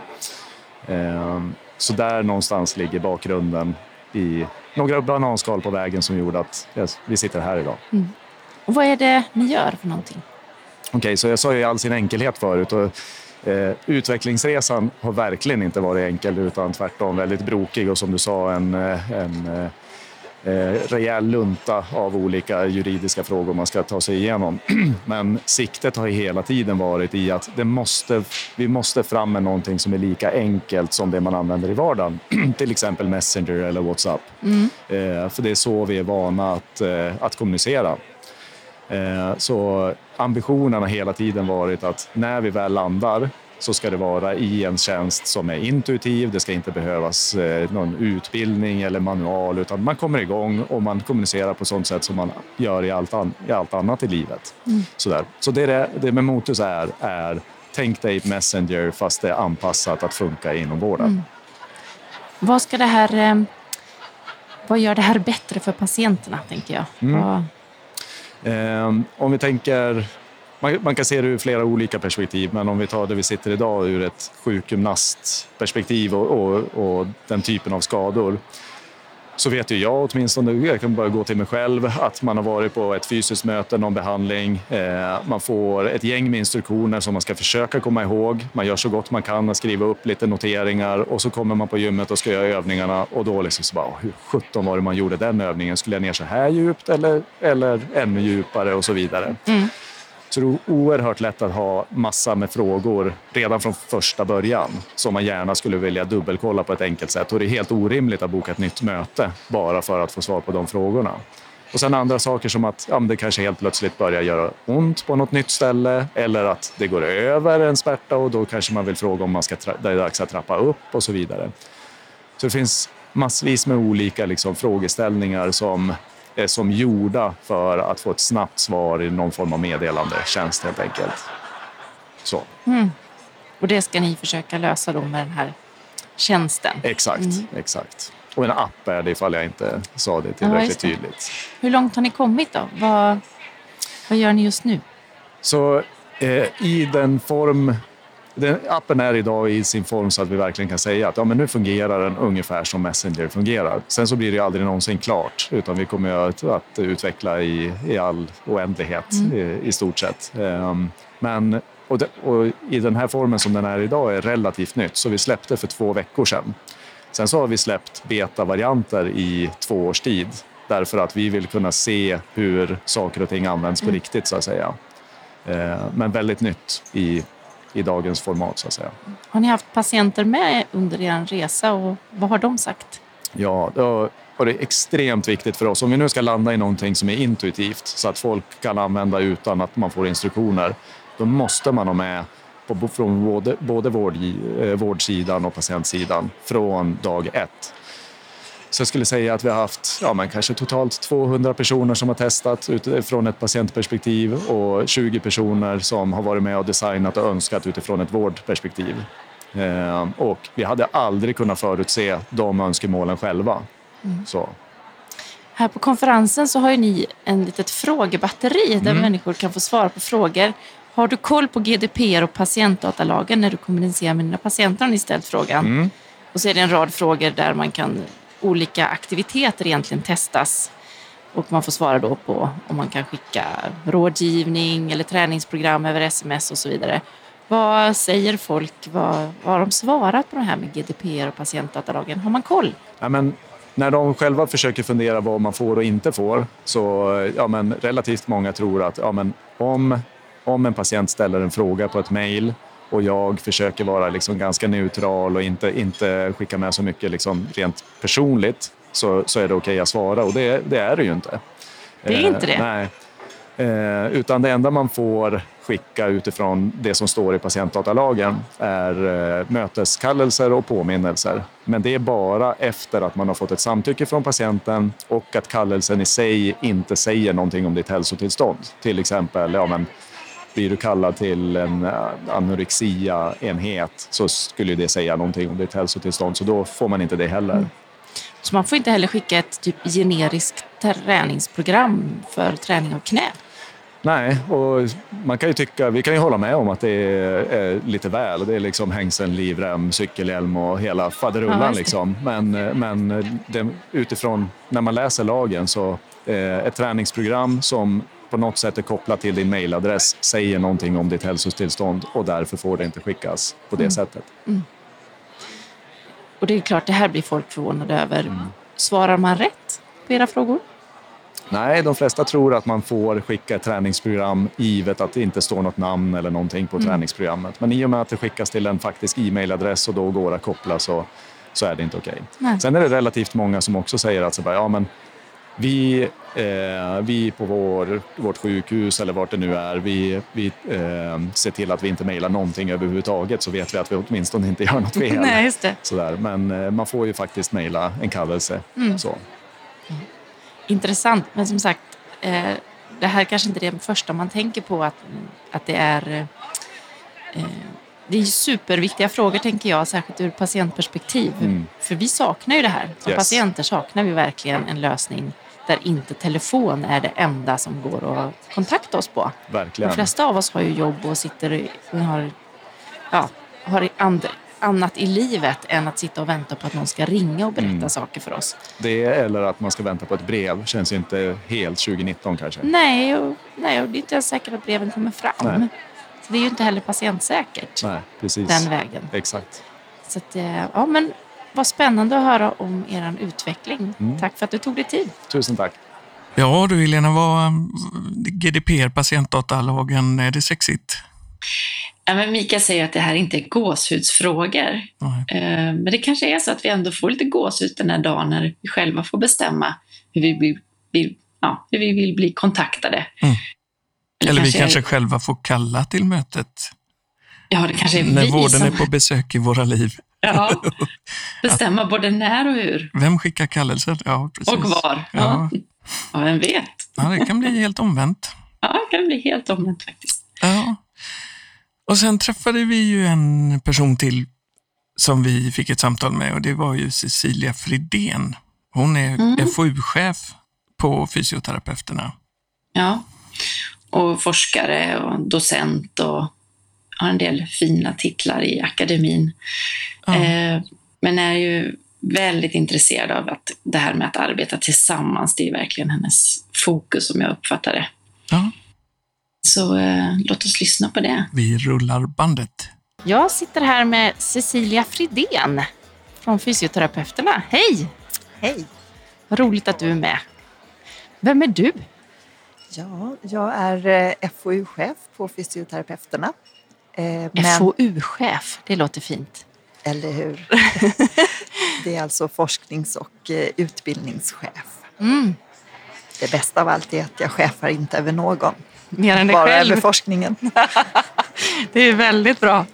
G: Så där någonstans ligger bakgrunden i några bananskal på vägen som gjorde att vi sitter här idag.
D: Och vad är det ni gör för någonting?
G: Okej, så jag sa ju i all sin enkelhet förut och utvecklingsresan har verkligen inte varit enkel utan tvärtom väldigt brokig och som du sa en rejäl lunta av olika juridiska frågor man ska ta sig igenom. Men siktet har hela tiden varit i att vi måste fram med någonting som är lika enkelt som det man använder i vardagen. Till exempel Messenger eller WhatsApp. För det är så vi är vana att kommunicera. Så ambitionen har hela tiden varit att när vi väl landar så ska det vara i en tjänst som är intuitiv. Det ska inte behövas någon utbildning eller manual utan man kommer igång och man kommunicerar på sånt sätt som man gör i allt annat i livet. Sådär. Så det med Motus är tänk dig Messenger fast det är anpassat att funka inom vården.
D: Vad gör det här bättre för patienterna, tänker jag?
G: Om vi tänker, man kan se det ur flera olika perspektiv, men om vi tar det vi sitter idag ur ett sjukgymnastperspektiv och den typen av skador, så vet ju jag åtminstone, jag kan bara gå till mig själv, att man har varit på ett fysiskt möte, någon behandling, man får ett gäng med instruktioner som man ska försöka komma ihåg, man gör så gott man kan att skriva upp lite noteringar och så kommer man på gymmet och ska göra övningarna och då liksom så bara, hur 17 var det man gjorde den övningen, skulle jag ner så här djupt eller ännu djupare och så vidare. Så det är oerhört lätt att ha massa med frågor redan från första början som man gärna skulle vilja dubbelkolla på ett enkelt sätt. Och det är helt orimligt att boka ett nytt möte bara för att få svar på de frågorna. Och sen andra saker som att det kanske helt plötsligt börjar göra ont på något nytt ställe eller att det går över en smärta och då kanske man vill fråga om det är dags att trappa upp och så vidare. Så det finns massvis med olika liksom, frågeställningar som är som gjorda för att få ett snabbt svar i någon form av meddelande tjänst helt enkelt. Så.
D: Och det ska ni försöka lösa då med den här tjänsten?
G: Exakt. Och en app är det ifall jag inte sa det tillräckligt tydligt.
D: Hur långt har ni kommit då? Vad gör ni just nu?
G: Så i den form... appen är idag i sin form så att vi verkligen kan säga att men nu fungerar den ungefär som Messenger fungerar. Sen så blir det aldrig någonsin klart utan vi kommer att utveckla i all oändlighet i stort sett. Men och i den här formen som den är idag är relativt nytt så vi släppte för 2 veckor sedan. Sen så har vi släppt beta-varianter i 2 års tid därför att vi vill kunna se hur saker och ting används på riktigt så att säga. Men väldigt nytt i dagens format så att säga.
D: Har ni haft patienter med under er resa och vad har de sagt?
G: Ja, och det är extremt viktigt för oss. Om vi nu ska landa i någonting som är intuitivt så att folk kan använda utan att man får instruktioner, då måste man ha med från både vårdsidan och patientsidan från dag 1. Så jag skulle säga att vi har haft kanske totalt 200 personer som har testat utifrån ett patientperspektiv och 20 personer som har varit med och designat och önskat utifrån ett vårdperspektiv. Och vi hade aldrig kunnat förutse de önskemålen själva. Så.
D: Här på konferensen så har ju ni en litet frågebatteri där människor kan få svara på frågor. Har du koll på GDPR och patientdatalagen när du kommunicerar med dina patienter? Har ni ställt frågan. Och så är det en rad frågor där man kan olika aktiviteter egentligen testas. Och man får svara då på om man kan skicka rådgivning eller träningsprogram över sms och så vidare. Vad säger folk? Vad har de svarat på det här med GDPR och patientdatalagen? Har man koll?
G: Ja, men när de själva försöker fundera vad man får och inte får så relativt många tror att om en patient ställer en fråga på ett mejl och jag försöker vara liksom ganska neutral och inte skicka med så mycket liksom rent personligt så är det okej att svara och det är det ju inte.
D: Det är inte det?
G: Nej. Utan det enda man får skicka utifrån det som står i patientdatalagen är möteskallelser och påminnelser. Men det är bara efter att man har fått ett samtycke från patienten och att kallelsen i sig inte säger någonting om ditt hälsotillstånd. Till exempel, blir du kallad till en anorexia-enhet så skulle det säga någonting om ditt hälsotillstånd. Så då får man inte det heller.
D: Så man får inte heller skicka ett typ generiskt träningsprogram för träning av knä?
G: Nej, och man kan ju vi kan ju hålla med om att det är lite väl. Det är liksom hängseln, livrem, cykelhjälm och hela faderullan liksom. Men utifrån när man läser lagen så ett träningsprogram som på något sätt är kopplat till din mejladress säger någonting om ditt hälsotillstånd och därför får det inte skickas på det sättet.
D: Och det är klart, det här blir folk förvånade över. Svarar man rätt på era frågor?
G: Nej, de flesta tror att man får skicka ett träningsprogram givet att det inte står något namn eller någonting på träningsprogrammet. Men i och med att det skickas till en faktisk e-mailadress och då går att koppla så är det inte okej. Sen är det relativt många som också säger att vi på vårt sjukhus eller vart det nu är, vi ser till att vi inte mejlar någonting överhuvudtaget så vet vi att vi åtminstone inte gör något fel.
D: Nej, just det.
G: Sådär. Men man får ju faktiskt mejla en kallelse. Så.
D: Intressant, men som sagt, det här kanske inte är det första man tänker på att det är... Det är superviktiga frågor tänker jag, särskilt ur patientperspektiv. För vi saknar ju det här. Som patienter saknar vi verkligen en lösning där inte telefon är det enda som går att kontakta oss på.
G: Verkligen.
D: De flesta av oss har ju jobb och sitter och har annat i livet än att sitta och vänta på att någon ska ringa och berätta saker för oss.
G: Det eller att man ska vänta på ett brev känns ju inte helt 2019 kanske.
D: Nej, och det är inte ens säkert att breven kommer fram. Nej. Så det är ju inte heller patientsäkert.
G: Nej, precis.
D: Den vägen.
G: Exakt.
D: Så att, men vad spännande att höra om er utveckling. Tack för att du tog dig tid.
G: Tusen tack.
A: Ja du Helena, vad GDPR, patientdatalagen, är det sexigt?
B: Ja, men Mika säger att det här inte är gåshudsfrågor. Men det kanske är så att vi ändå får lite gåshud den här dagen när vi själva får bestämma hur vi vill vi vill bli kontaktade.
A: Eller vi kanske själva får kalla till mötet.
B: Ja, det kanske är
A: när
B: vi
A: vården
B: som...
A: är på besök i våra liv.
B: Ja, bestämma både när och hur.
A: Vem skickar kallelser? Ja, precis.
B: Och var.
A: Ja.
B: Ja, vem vet?
A: Ja, det kan bli helt omvänt.
B: Ja, det kan bli helt omvänt faktiskt.
A: Ja. Och sen träffade vi ju en person till som vi fick ett samtal med, och det var ju Cecilia Fridén. Hon är FoU-chef på Fysioterapeuterna. Ja,
B: och forskare och docent och har en del fina titlar i akademin. Ja. Men är ju väldigt intresserad av att det här med att arbeta tillsammans, det är verkligen hennes fokus som jag uppfattar det.
A: Ja.
B: Så låt oss lyssna på det.
A: Vi rullar bandet.
D: Jag sitter här med Cecilia Fridén från Fysioterapeuterna. Hej!
H: Hej!
D: Vad roligt att du är med. Vem är du?
H: Ja, jag är FoU-chef på Fysioterapeuterna.
D: FoU-chef, det låter fint.
H: Eller hur? Det är alltså forsknings- och utbildningschef. Det bästa av allt är att jag chefar inte över någon.
D: Mer än dig
H: bara
D: själv.
H: Över forskningen.
D: Det är väldigt bra.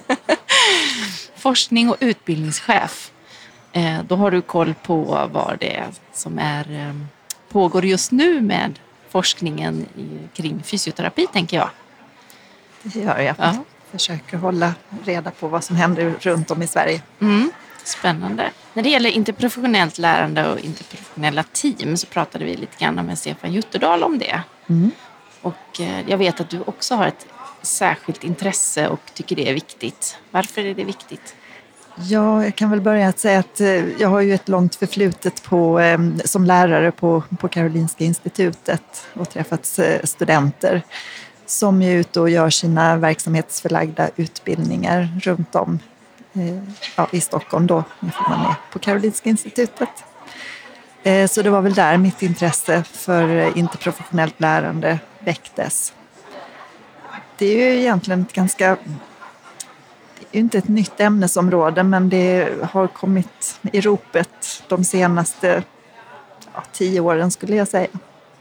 D: Forskning och utbildningschef. Då har du koll på vad det är som pågår just nu med forskningen kring fysioterapi, tänker jag.
H: Det gör jag. Ja. Försöker hålla reda på vad som händer runt om i Sverige.
D: Spännande. När det gäller interprofessionellt lärande och interprofessionella team så pratade vi lite grann med Stefan Jutterdal om det. Och jag vet att du också har ett särskilt intresse och tycker det är viktigt. Varför är det viktigt?
H: Ja, jag kan väl börja att säga att jag har ju ett långt förflutet som lärare på Karolinska institutet och träffat studenter som är ute och gör sina verksamhetsförlagda utbildningar runt om i Stockholm då, när man är på Karolinska institutet. Så det var väl där mitt intresse för interprofessionellt lärande väcktes. Det är ju egentligen det är ju inte ett nytt ämnesområde, men det har kommit i ropet de senaste 10 åren skulle jag säga.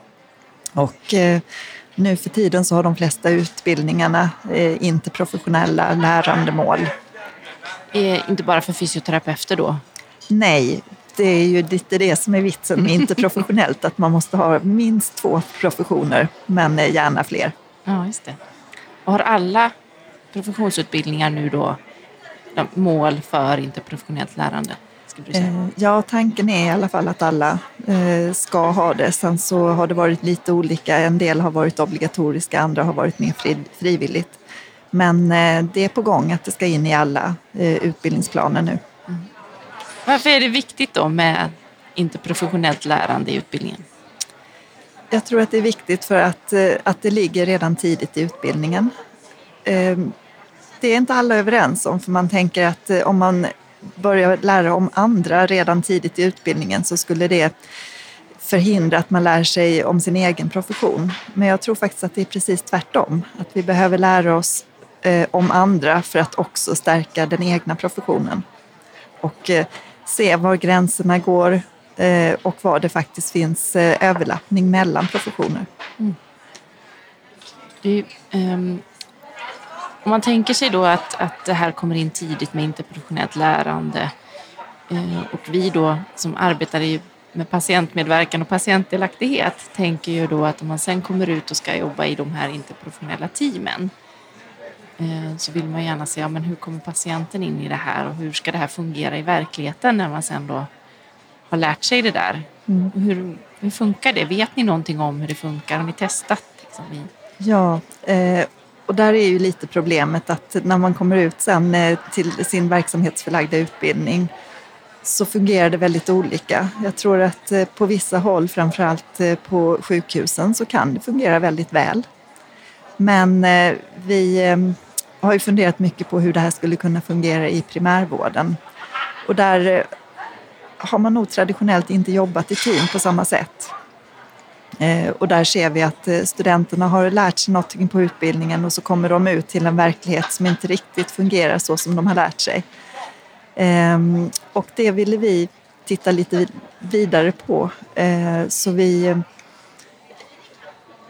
H: Och nu för tiden så har de flesta utbildningarna interprofessionella lärandemål.
D: Inte bara för fysioterapeuter då?
H: Nej, det är ju lite det som är vitsen med interprofessionellt, att man måste ha minst 2 professioner, men gärna fler.
D: Ja, just det. Och har alla professionsutbildningar nu då mål för interprofessionellt lärande?
H: Ja, tanken är i alla fall att alla ska ha det. Sen så har det varit lite olika. En del har varit obligatoriska, andra har varit mer frivilligt. Men det är på gång att det ska in i alla utbildningsplaner nu.
D: Varför är det viktigt då med interprofessionellt lärande i utbildningen?
H: Jag tror att det är viktigt för att det ligger redan tidigt i utbildningen. Det är inte alla överens om, för man tänker att om man börjar lära om andra redan tidigt i utbildningen så skulle det förhindra att man lär sig om sin egen profession. Men jag tror faktiskt att det är precis tvärtom. Att vi behöver lära oss om andra för att också stärka den egna professionen. Och se var gränserna går och var det faktiskt finns överlappning mellan professioner.
D: Om man tänker sig då att det här kommer in tidigt med interprofessionellt lärande och vi då som arbetar med patientmedverkan och patientdelaktighet tänker ju då att om man sen kommer ut och ska jobba i de här interprofessionella teamen så vill man gärna se men hur kommer patienten in i det här och hur ska det här fungera i verkligheten när man sen då har lärt sig det där. Och hur funkar det? Vet ni någonting om hur det funkar? Har ni testat? Liksom,
H: Ja, och där är ju lite problemet att när man kommer ut sen till sin verksamhetsförlagda utbildning så fungerar det väldigt olika. Jag tror att på vissa håll, framförallt på sjukhusen, så kan det fungera väldigt väl. Men vi har ju funderat mycket på hur det här skulle kunna fungera i primärvården. Och där har man nog traditionellt inte jobbat i team på samma sätt. Och där ser vi att studenterna har lärt sig någonting på utbildningen och så kommer de ut till en verklighet som inte riktigt fungerar så som de har lärt sig. Och det ville vi titta lite vidare på. Så vi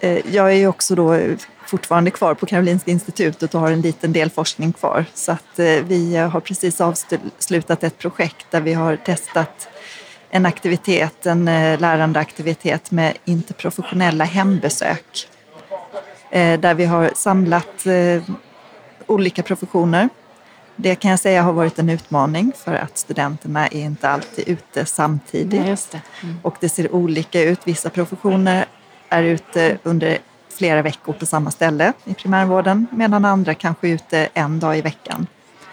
H: Jag är ju också då fortfarande kvar på Karolinska institutet och har en liten del forskning kvar. Så att vi har precis avslutat ett projekt där vi har testat en aktivitet, en lärandeaktivitet med interprofessionella hembesök. Där vi har samlat olika professioner. Det kan jag säga har varit en utmaning för att studenterna är inte alltid ute samtidigt.
D: Ja, just det.
H: Och det ser olika ut. Vissa professioner är ute under flera veckor på samma ställe i primärvården, medan andra kanske är ute en dag i veckan.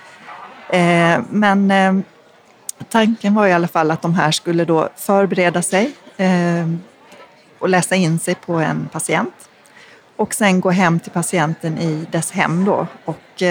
H: Men tanken var i alla fall att de här skulle då förbereda sig och läsa in sig på en patient. Och sen gå hem till patienten i dess hem då och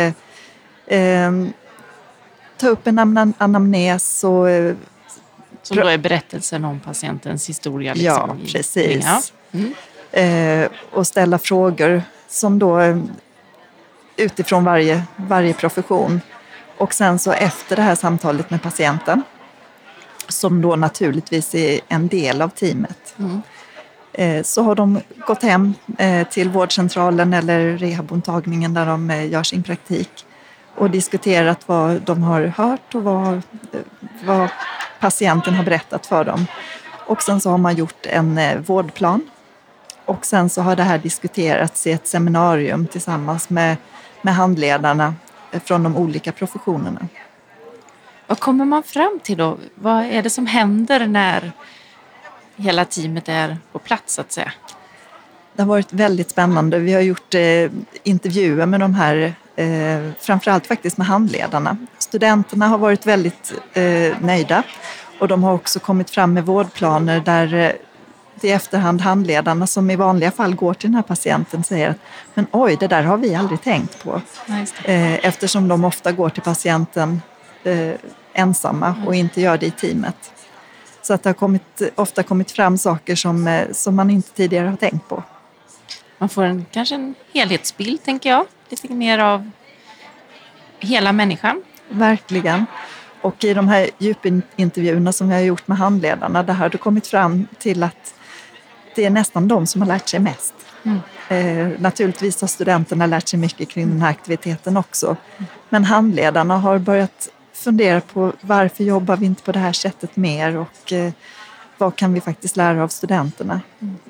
H: ta upp en anamnes. Och,
D: som då är berättelsen om patientens historia. Liksom,
H: ja, precis. Och ställa frågor som då utifrån varje profession. Och sen så efter det här samtalet med patienten, som då naturligtvis är en del av teamet, så har de gått hem till vårdcentralen eller rehabmottagningen där de gör sin praktik och diskuterat vad de har hört och vad patienten har berättat för dem. Och sen så har man gjort en vårdplan. Och sen så har det här diskuterats i ett seminarium tillsammans med handledarna från de olika professionerna.
D: Vad kommer man fram till då? Vad är det som händer när hela teamet är på plats så att säga?
H: Det har varit väldigt spännande. Vi har gjort intervjuer med de här, framförallt faktiskt med handledarna. Studenterna har varit väldigt nöjda och de har också kommit fram med vårdplaner där i efterhand handledarna som i vanliga fall går till den här patienten säger att men oj, det där har vi aldrig tänkt på. Eftersom de ofta går till patienten ensamma och inte gör det i teamet. Så att det har ofta kommit fram saker som man inte tidigare har tänkt på.
D: Man får kanske en helhetsbild, tänker jag. Lite mer av hela människan.
H: Verkligen. Och i de här djupintervjuerna som jag har gjort med handledarna, där har det kommit fram till att det är nästan de som har lärt sig mest. Naturligtvis har studenterna lärt sig mycket kring den här aktiviteten också. Men handledarna har börjat fundera på varför jobbar vi inte på det här sättet mer och vad kan vi faktiskt lära av studenterna.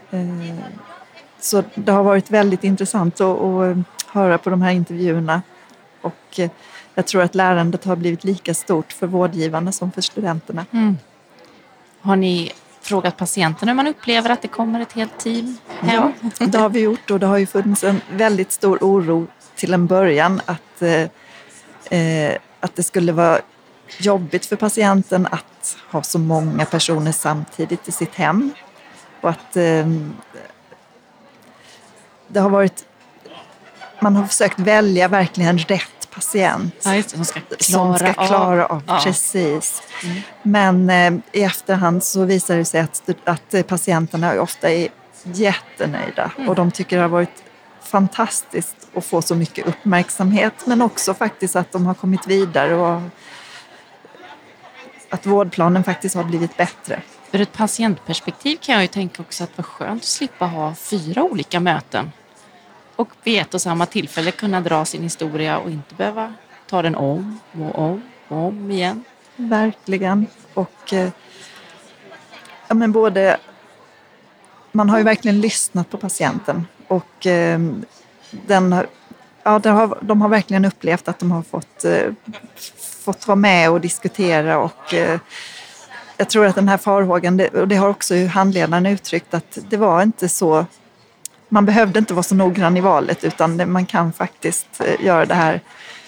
H: Så det har varit väldigt intressant att höra på de här intervjuerna och jag tror att lärandet har blivit lika stort för vårdgivarna som för studenterna.
D: Har ni frågat patienterna hur man upplever att det kommer ett helt team hem?
H: Ja, det har vi gjort och det har ju funnits en väldigt stor oro till en början att det skulle vara jobbigt för patienten att ha så många personer samtidigt i sitt hem. Och att det har varit, man har försökt välja verkligen rätt patient.
D: Ja, just det,
H: som ska klara av. Ja. Precis. Men i efterhand så visar det sig att patienterna ofta är jättenöjda och de tycker det har varit fantastiskt att få så mycket uppmärksamhet, men också faktiskt att de har kommit vidare och att vårdplanen faktiskt har blivit bättre.
D: Ur ett patientperspektiv kan jag ju tänka också att det var skönt att slippa ha 4 olika möten och vid ett och samma tillfälle kunna dra sin historia och inte behöva ta den om och om igen.
H: Verkligen. Och men man har ju verkligen lyssnat på patienten och de har verkligen upplevt att de har fått vara med och diskutera och jag tror att den här farhågan, och det har också handledarna uttryckt, att det var inte så, man behövde inte vara så noggrann i valet utan man kan faktiskt göra det här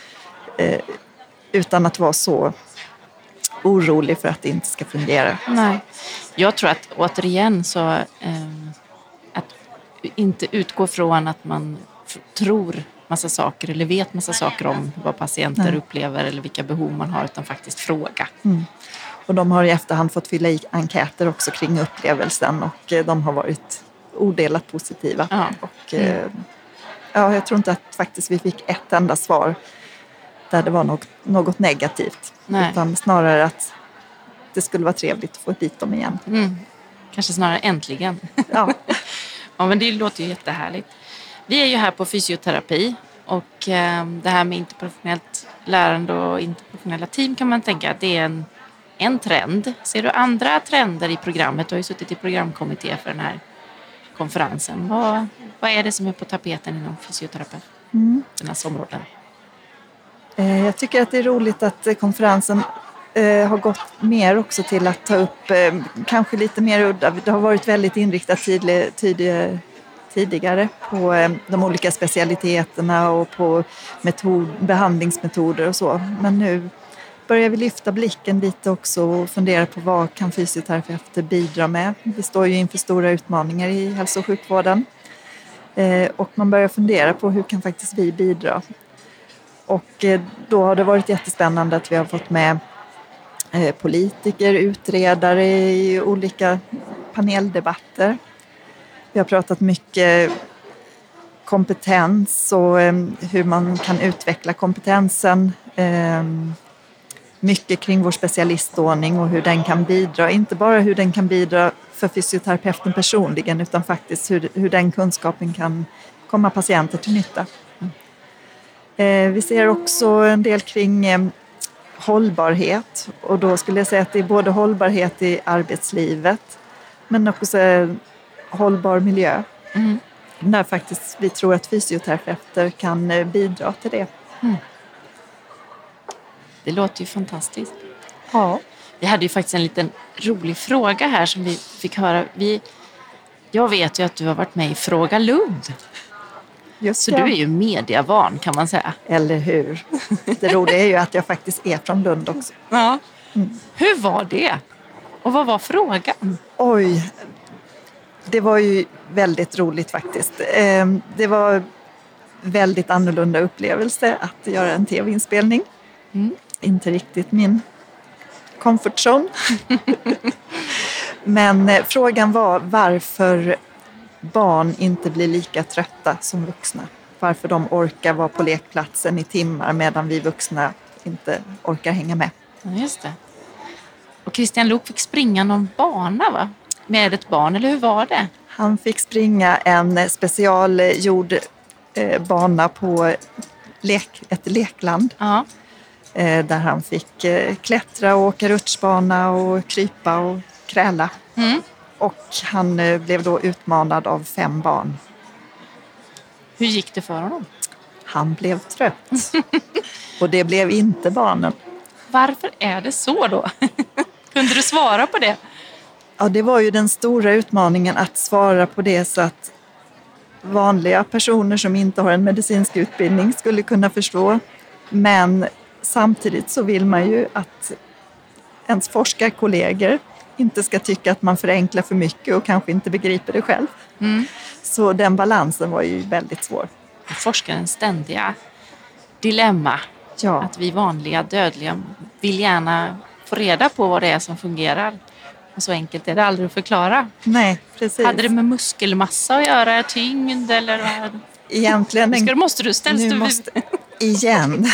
H: utan att vara så orolig för att det inte ska fungera.
D: Nej, jag tror att återigen så att inte utgå från att man tror massa saker eller vet massa saker om vad patienter upplever eller vilka behov man har, utan faktiskt fråga.
H: Och de har i efterhand fått fylla i enkäter också kring upplevelsen och de har varit odelat positiva.
D: Ja.
H: Och jag tror inte att faktiskt vi fick ett enda svar där det var något negativt.
D: Nej.
H: Utan snarare att det skulle vara trevligt att få dit dem igen.
D: Kanske snarare äntligen.
H: Ja.
D: Ja, men det låter ju jättehärligt. Vi är ju här på fysioterapi och det här med interprofessionellt lärande och interprofessionella team kan man tänka att det är en trend. Ser du andra trender i programmet? Du har ju suttit i programkommitté för den här konferensen. Vad är det som är på tapeten inom fysioterapeuternas områden?
H: Jag tycker att det är roligt att konferensen har gått mer också till att ta upp kanske lite mer udda. Det har varit väldigt inriktat tidigare på de olika specialiteterna och på behandlingsmetoder och så. Men nu börjar vi lyfta blicken lite också och fundera på vad kan fysioterapeuter bidra med. Vi står ju inför stora utmaningar i hälso- och sjukvården. Och man börjar fundera på hur kan faktiskt vi bidra. Och då har det varit jättespännande att vi har fått med politiker, utredare i olika paneldebatter. Vi har pratat mycket kompetens och hur man kan utveckla kompetensen. Mycket kring vår specialistordning och hur den kan bidra. Inte bara hur den kan bidra för fysioterapeuten personligen utan faktiskt hur den kunskapen kan komma patienter till nytta. Vi ser också en del kring hållbarhet och då skulle jag säga att det är både hållbarhet i arbetslivet men också hållbar miljö. Där faktiskt vi tror att fysioterapeuter kan bidra till det.
D: Det låter ju fantastiskt.
H: Ja.
D: Vi hade ju faktiskt en liten rolig fråga här som vi fick höra. Jag vet ju att du har varit med i Fråga Lund. Så du är ju mediavan kan man säga.
H: Eller hur? Det roliga är ju att jag faktiskt är från Lund också.
D: Ja. Hur var det? Och vad var frågan?
H: Oj, det var ju väldigt roligt faktiskt. Det var väldigt annorlunda upplevelse att göra en tv-inspelning. Inte riktigt min comfort zone. Men frågan var varför barn inte blir lika trötta som vuxna. Varför de orkar vara på lekplatsen i timmar medan vi vuxna inte orkar hänga med.
D: Ja, just det. Och Christian Lok fick springa någon bana va? Med ett barn, eller hur var det?
H: Han fick springa en specialgjord bana på ett lekland.
D: Ja.
H: Där han fick klättra och åka rutschbana och krypa och kräla. Och han blev då utmanad av 5 barn.
D: Hur gick det för honom?
H: Han blev trött. Och det blev inte barnen.
D: Varför är det så då? Kunde du svara på det?
H: Ja, det var ju den stora utmaningen att svara på det så att vanliga personer som inte har en medicinsk utbildning skulle kunna förstå. Men samtidigt så vill man ju att ens forskarkollegor inte ska tycka att man förenklar för mycket och kanske inte begriper det själv. Så den balansen var ju väldigt svår.
D: Forskarens ständiga dilemma.
H: Ja.
D: Att vi vanliga dödliga vill gärna få reda på vad det är som fungerar. Och så enkelt är det aldrig att förklara.
H: Nej, precis.
D: Hade det med muskelmassa att göra, tyngd eller vad?
H: Egentligen...
D: Måste du ställa
H: igen.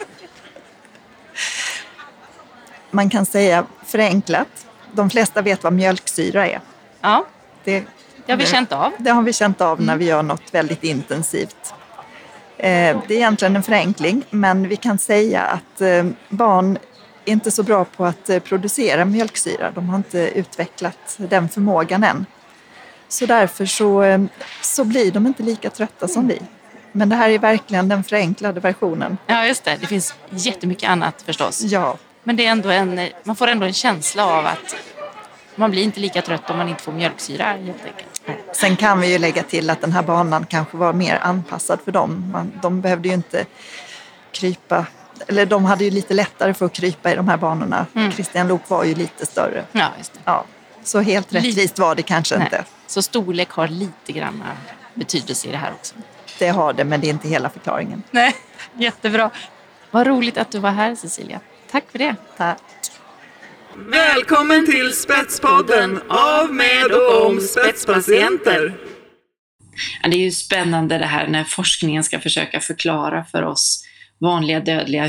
H: Man kan säga förenklat. De flesta vet vad mjölksyra är.
D: Ja,
H: det
D: har vi känt av.
H: Det har vi känt av när vi gör något väldigt intensivt. Det är egentligen en förenkling, men vi kan säga att barn är inte så bra på att producera mjölksyra. De har inte utvecklat den förmågan än. Så därför så blir de inte lika trötta som vi. Men det här är verkligen den förenklade versionen.
D: Ja, just det. Det finns jättemycket annat förstås.
H: Ja.
D: Men det är ändå man får ändå en känsla av att man blir inte lika trött om man inte får mjölksyra helt enkelt.
H: Sen kan vi ju lägga till att den här banan kanske var mer anpassad för dem. De behövde ju inte krypa, eller de hade ju lite lättare för att krypa i de här banorna. Christian Lok var ju lite större.
D: Ja, just det.
H: Ja, så helt rättvist var det kanske inte.
D: Så storlek har lite grann betydelse i det här också.
H: Det har det, men det är inte hela förklaringen.
D: Nej, jättebra. Vad roligt att du var här, Cecilia. Tack för det.
H: Tack.
C: Välkommen till Spetspodden av, med och om spetspatienter.
B: Ja, det är ju spännande det här när forskningen ska försöka förklara för oss vanliga dödliga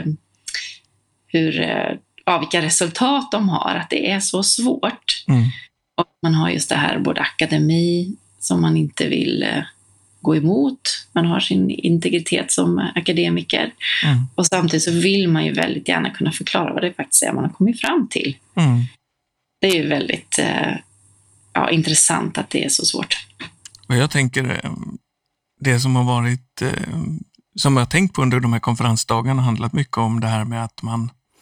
B: vilka resultat de har. Att det är så svårt. Och man har just det här både akademi, som man inte vill gå emot. Man har sin integritet som akademiker. Och samtidigt så vill man ju väldigt gärna kunna förklara vad det faktiskt är man har kommit fram till. Det är ju väldigt intressant att det är så svårt.
A: Och jag tänker, det som har varit, som jag har tänkt på under de här konferensdagarna, handlat mycket om det här med att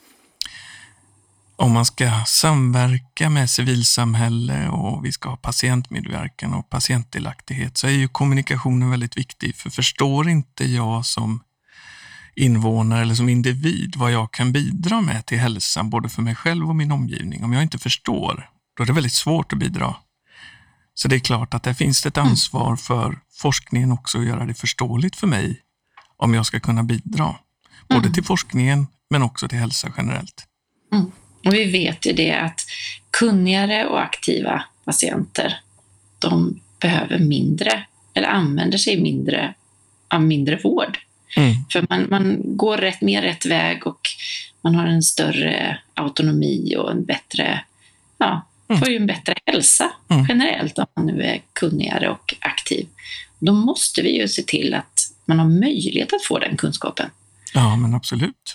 A: om man ska samverka med civilsamhälle och vi ska ha patientmedverkan och patientdelaktighet, så är ju kommunikationen väldigt viktig. För förstår inte jag som invånare eller som individ vad jag kan bidra med till hälsan, både för mig själv och min omgivning, om jag inte förstår, då är det väldigt svårt att bidra. Så det är klart att det finns ett ansvar för forskningen också att göra det förståeligt för mig om jag ska kunna bidra. Både till forskningen men också till hälsa generellt.
B: Och vi vet ju det att kunnigare och aktiva patienter, de behöver mindre eller använder sig mindre av mindre vård. För man går mer rätt väg och man har en större autonomi och en bättre, får ju en bättre hälsa generellt om man nu är kunnigare och aktiv. Då måste vi ju se till att man har möjlighet att få den kunskapen.
A: Ja, men absolut.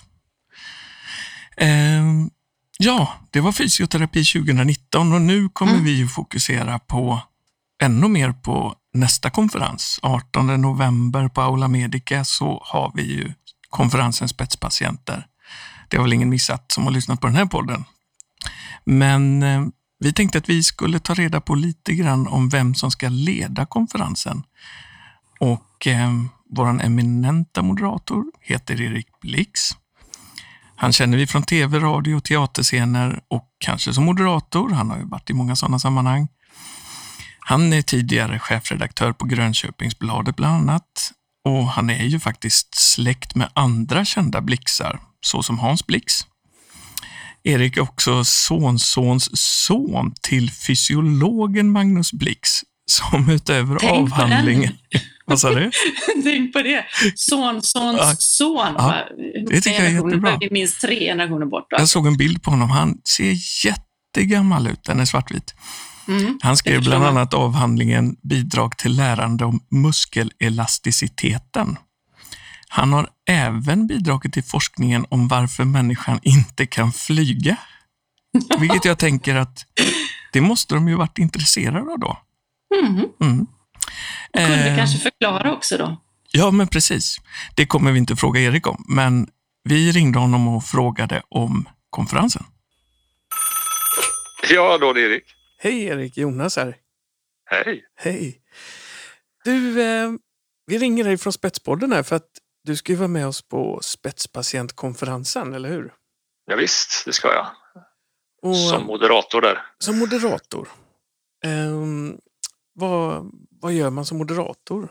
A: Det var fysioterapi 2019 och nu kommer vi ju fokusera på ännu mer på nästa konferens. 18 november på Aula Medica så har vi ju konferensen Spetspatienter. Det har väl ingen missat som har lyssnat på den här podden. Men vi tänkte att vi skulle ta reda på lite grann om vem som ska leda konferensen. Och vår eminenta moderator heter Erik Blix. Han känner vi från tv, radio och teaterscener och kanske som moderator. Han har ju varit i många sådana sammanhang. Han är tidigare chefredaktör på Grönköpingsbladet bland annat. Och han är ju faktiskt släkt med andra kända Blixar, så som Hans Blix. Erik är också sons son till fysiologen Magnus Blix, som utöver
B: Tänk
A: avhandlingen... Vad sa du?
B: Tänk på det. Son.
A: Ja, det tycker jag är jättebra.
B: Vi minst 3 generationer bort.
A: Jag såg en bild på honom. Han ser jättegammal ut. Den är svartvit. Han skrev bland annat avhandlingen Bidrag till lärande om muskelelasticiteten. Han har även bidragit till forskningen om varför människan inte kan flyga. Vilket jag tänker att det måste de ju varit intresserade av då.
B: Kunde kanske förklara också då.
A: Ja, men precis. Det kommer vi inte fråga Erik om. Men vi ringde honom och frågade om konferensen.
I: Ja, då är det Erik.
A: Hej Erik, Jonas här.
I: Hej.
A: Hej. Du, vi ringer dig från Spetspodden här för att du ska ju vara med oss på Spetspatientkonferensen, eller hur?
I: Ja, visst, det ska jag. Som moderator där.
A: Som moderator. Vad gör man som moderator?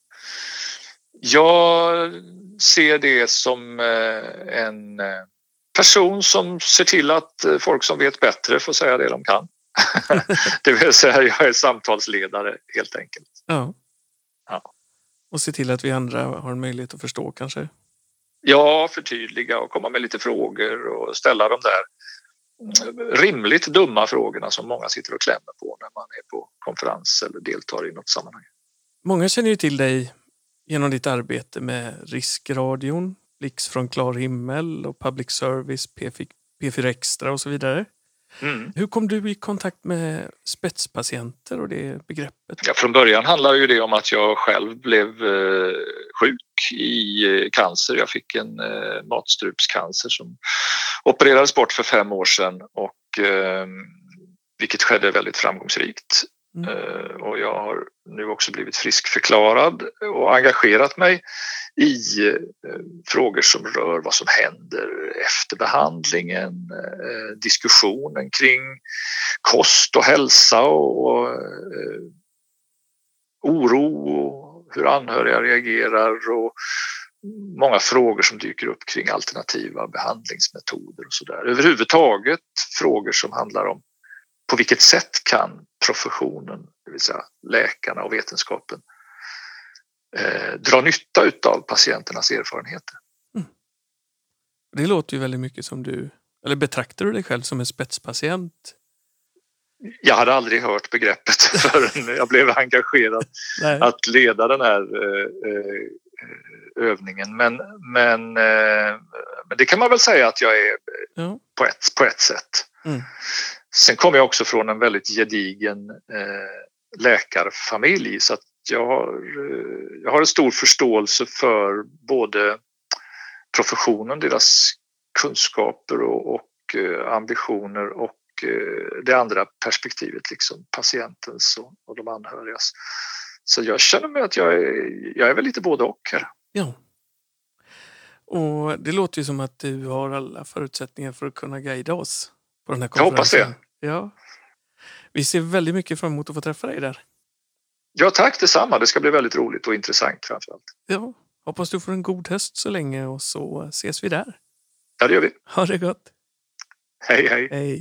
I: Jag ser det som en person som ser till att folk som vet bättre får säga det de kan. Det vill säga, jag är samtalsledare helt enkelt.
A: Ja. Och se till att vi andra har en möjlighet att förstå kanske? Ja,
I: förtydliga och komma med lite frågor och ställa de där rimligt dumma frågorna som många sitter och klämmer på när man är på konferens eller deltar i något sammanhang.
A: Många känner ju till dig genom ditt arbete med Riskradion, Blix från klar himmel och Public Service, P4 Extra och så vidare. Hur kom du i kontakt med spetspatienter och det begreppet?
I: Ja, från början handlade ju det om att jag själv blev sjuk i cancer. Jag fick en matstrupscancer som opererades bort för 5 år sedan och vilket skedde väldigt framgångsrikt. Och jag har nu också blivit friskförklarad och engagerat mig i frågor som rör vad som händer efter behandlingen, diskussionen kring kost och hälsa och oro och hur anhöriga reagerar och många frågor som dyker upp kring alternativa behandlingsmetoder och sådär. Överhuvudtaget frågor som handlar om på vilket sätt kan professionen, det vill säga läkarna och vetenskapen, dra nytta utav patienternas erfarenheter.
A: Det låter ju väldigt mycket som du, eller betraktar du dig själv som en spetspatient?
I: jag hade aldrig hört begreppet förrän jag blev engagerad att leda den här övningen. Men det kan man väl säga att jag är på ett sätt. Mm. Sen kommer jag också från en väldigt gedigen läkarfamilj, så att jag har en stor förståelse för både professionen, deras kunskaper och ambitioner, och det andra perspektivet, liksom patientens och de anhörigas. Så jag känner mig att jag är väl lite både och här.
A: Ja. Och det låter ju som att du har alla förutsättningar för att kunna guida oss på den här konferensen.
I: Jag hoppas det.
A: Ja. Vi ser väldigt mycket fram emot att få träffa dig där.
I: Ja, tack detsamma. Det ska bli väldigt roligt och intressant framförallt.
A: Ja, hoppas du får en god höst så länge, och så ses vi där.
I: Ja, det gör vi.
A: Ha det gott.
I: Hej, hej.
A: Hej.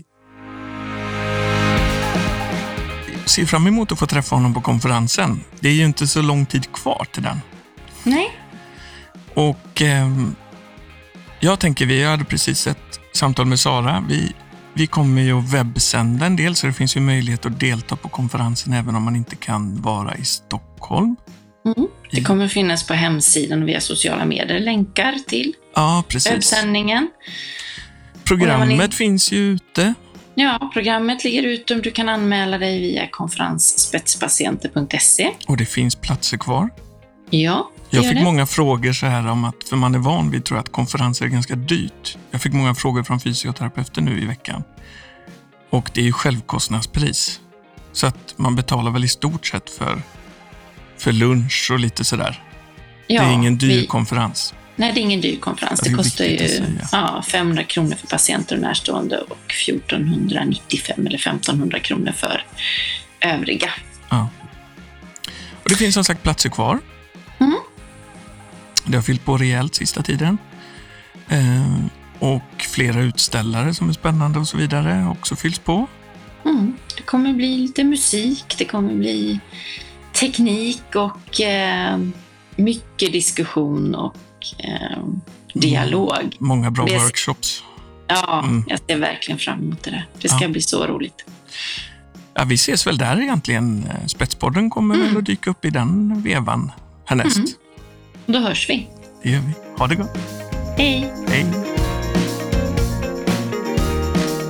A: Ser fram emot att få träffa honom på konferensen. Det är ju inte så lång tid kvar till den.
B: Nej.
A: Och jag tänker, vi hade precis ett samtal med Sara. Vi kommer ju att webbsända en del, så det finns ju möjlighet att delta på konferensen även om man inte kan vara i Stockholm.
B: Mm. Det kommer finnas på hemsidan och via sociala medier länkar till webbsändningen.
A: Programmet finns ju ute.
B: Ja, programmet ligger ute. Du kan anmäla dig via konferensspetspatienter.se.
A: Och det finns platser kvar.
B: Ja,
A: jag fick många frågor så här om att, för man är van vid, tror jag, att konferenser är ganska dyrt. Jag fick många frågor från fysioterapeuter nu i veckan. Och det är ju självkostnadspris. Så att man betalar väl i stort sett för lunch och lite sådär. Ja, det är ingen dyr konferens.
B: Nej, det är ingen dyr konferens. Det kostar ju 500 kronor för patienter och närstående och 1495 eller 1500 kronor för övriga.
A: Ja. Och det finns som sagt platser kvar. Mm. Det har fyllt på rejält sista tiden. Och flera utställare som är spännande och så vidare också fylls på.
B: Mm. Det kommer bli lite musik, det kommer bli teknik och mycket diskussion och dialog.
A: Många bra workshops.
B: Ja, jag ser verkligen fram emot det där. Det ska bli så roligt.
A: Ja, vi ses väl där egentligen. Spetspodden kommer väl att dyka upp i den vevan härnäst.
B: Då hörs vi.
A: Det gör vi. Ha det gott.
B: Hej.
A: Hej.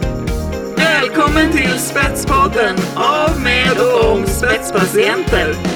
C: Välkommen till Spetspodden av, med och om spetspatienter.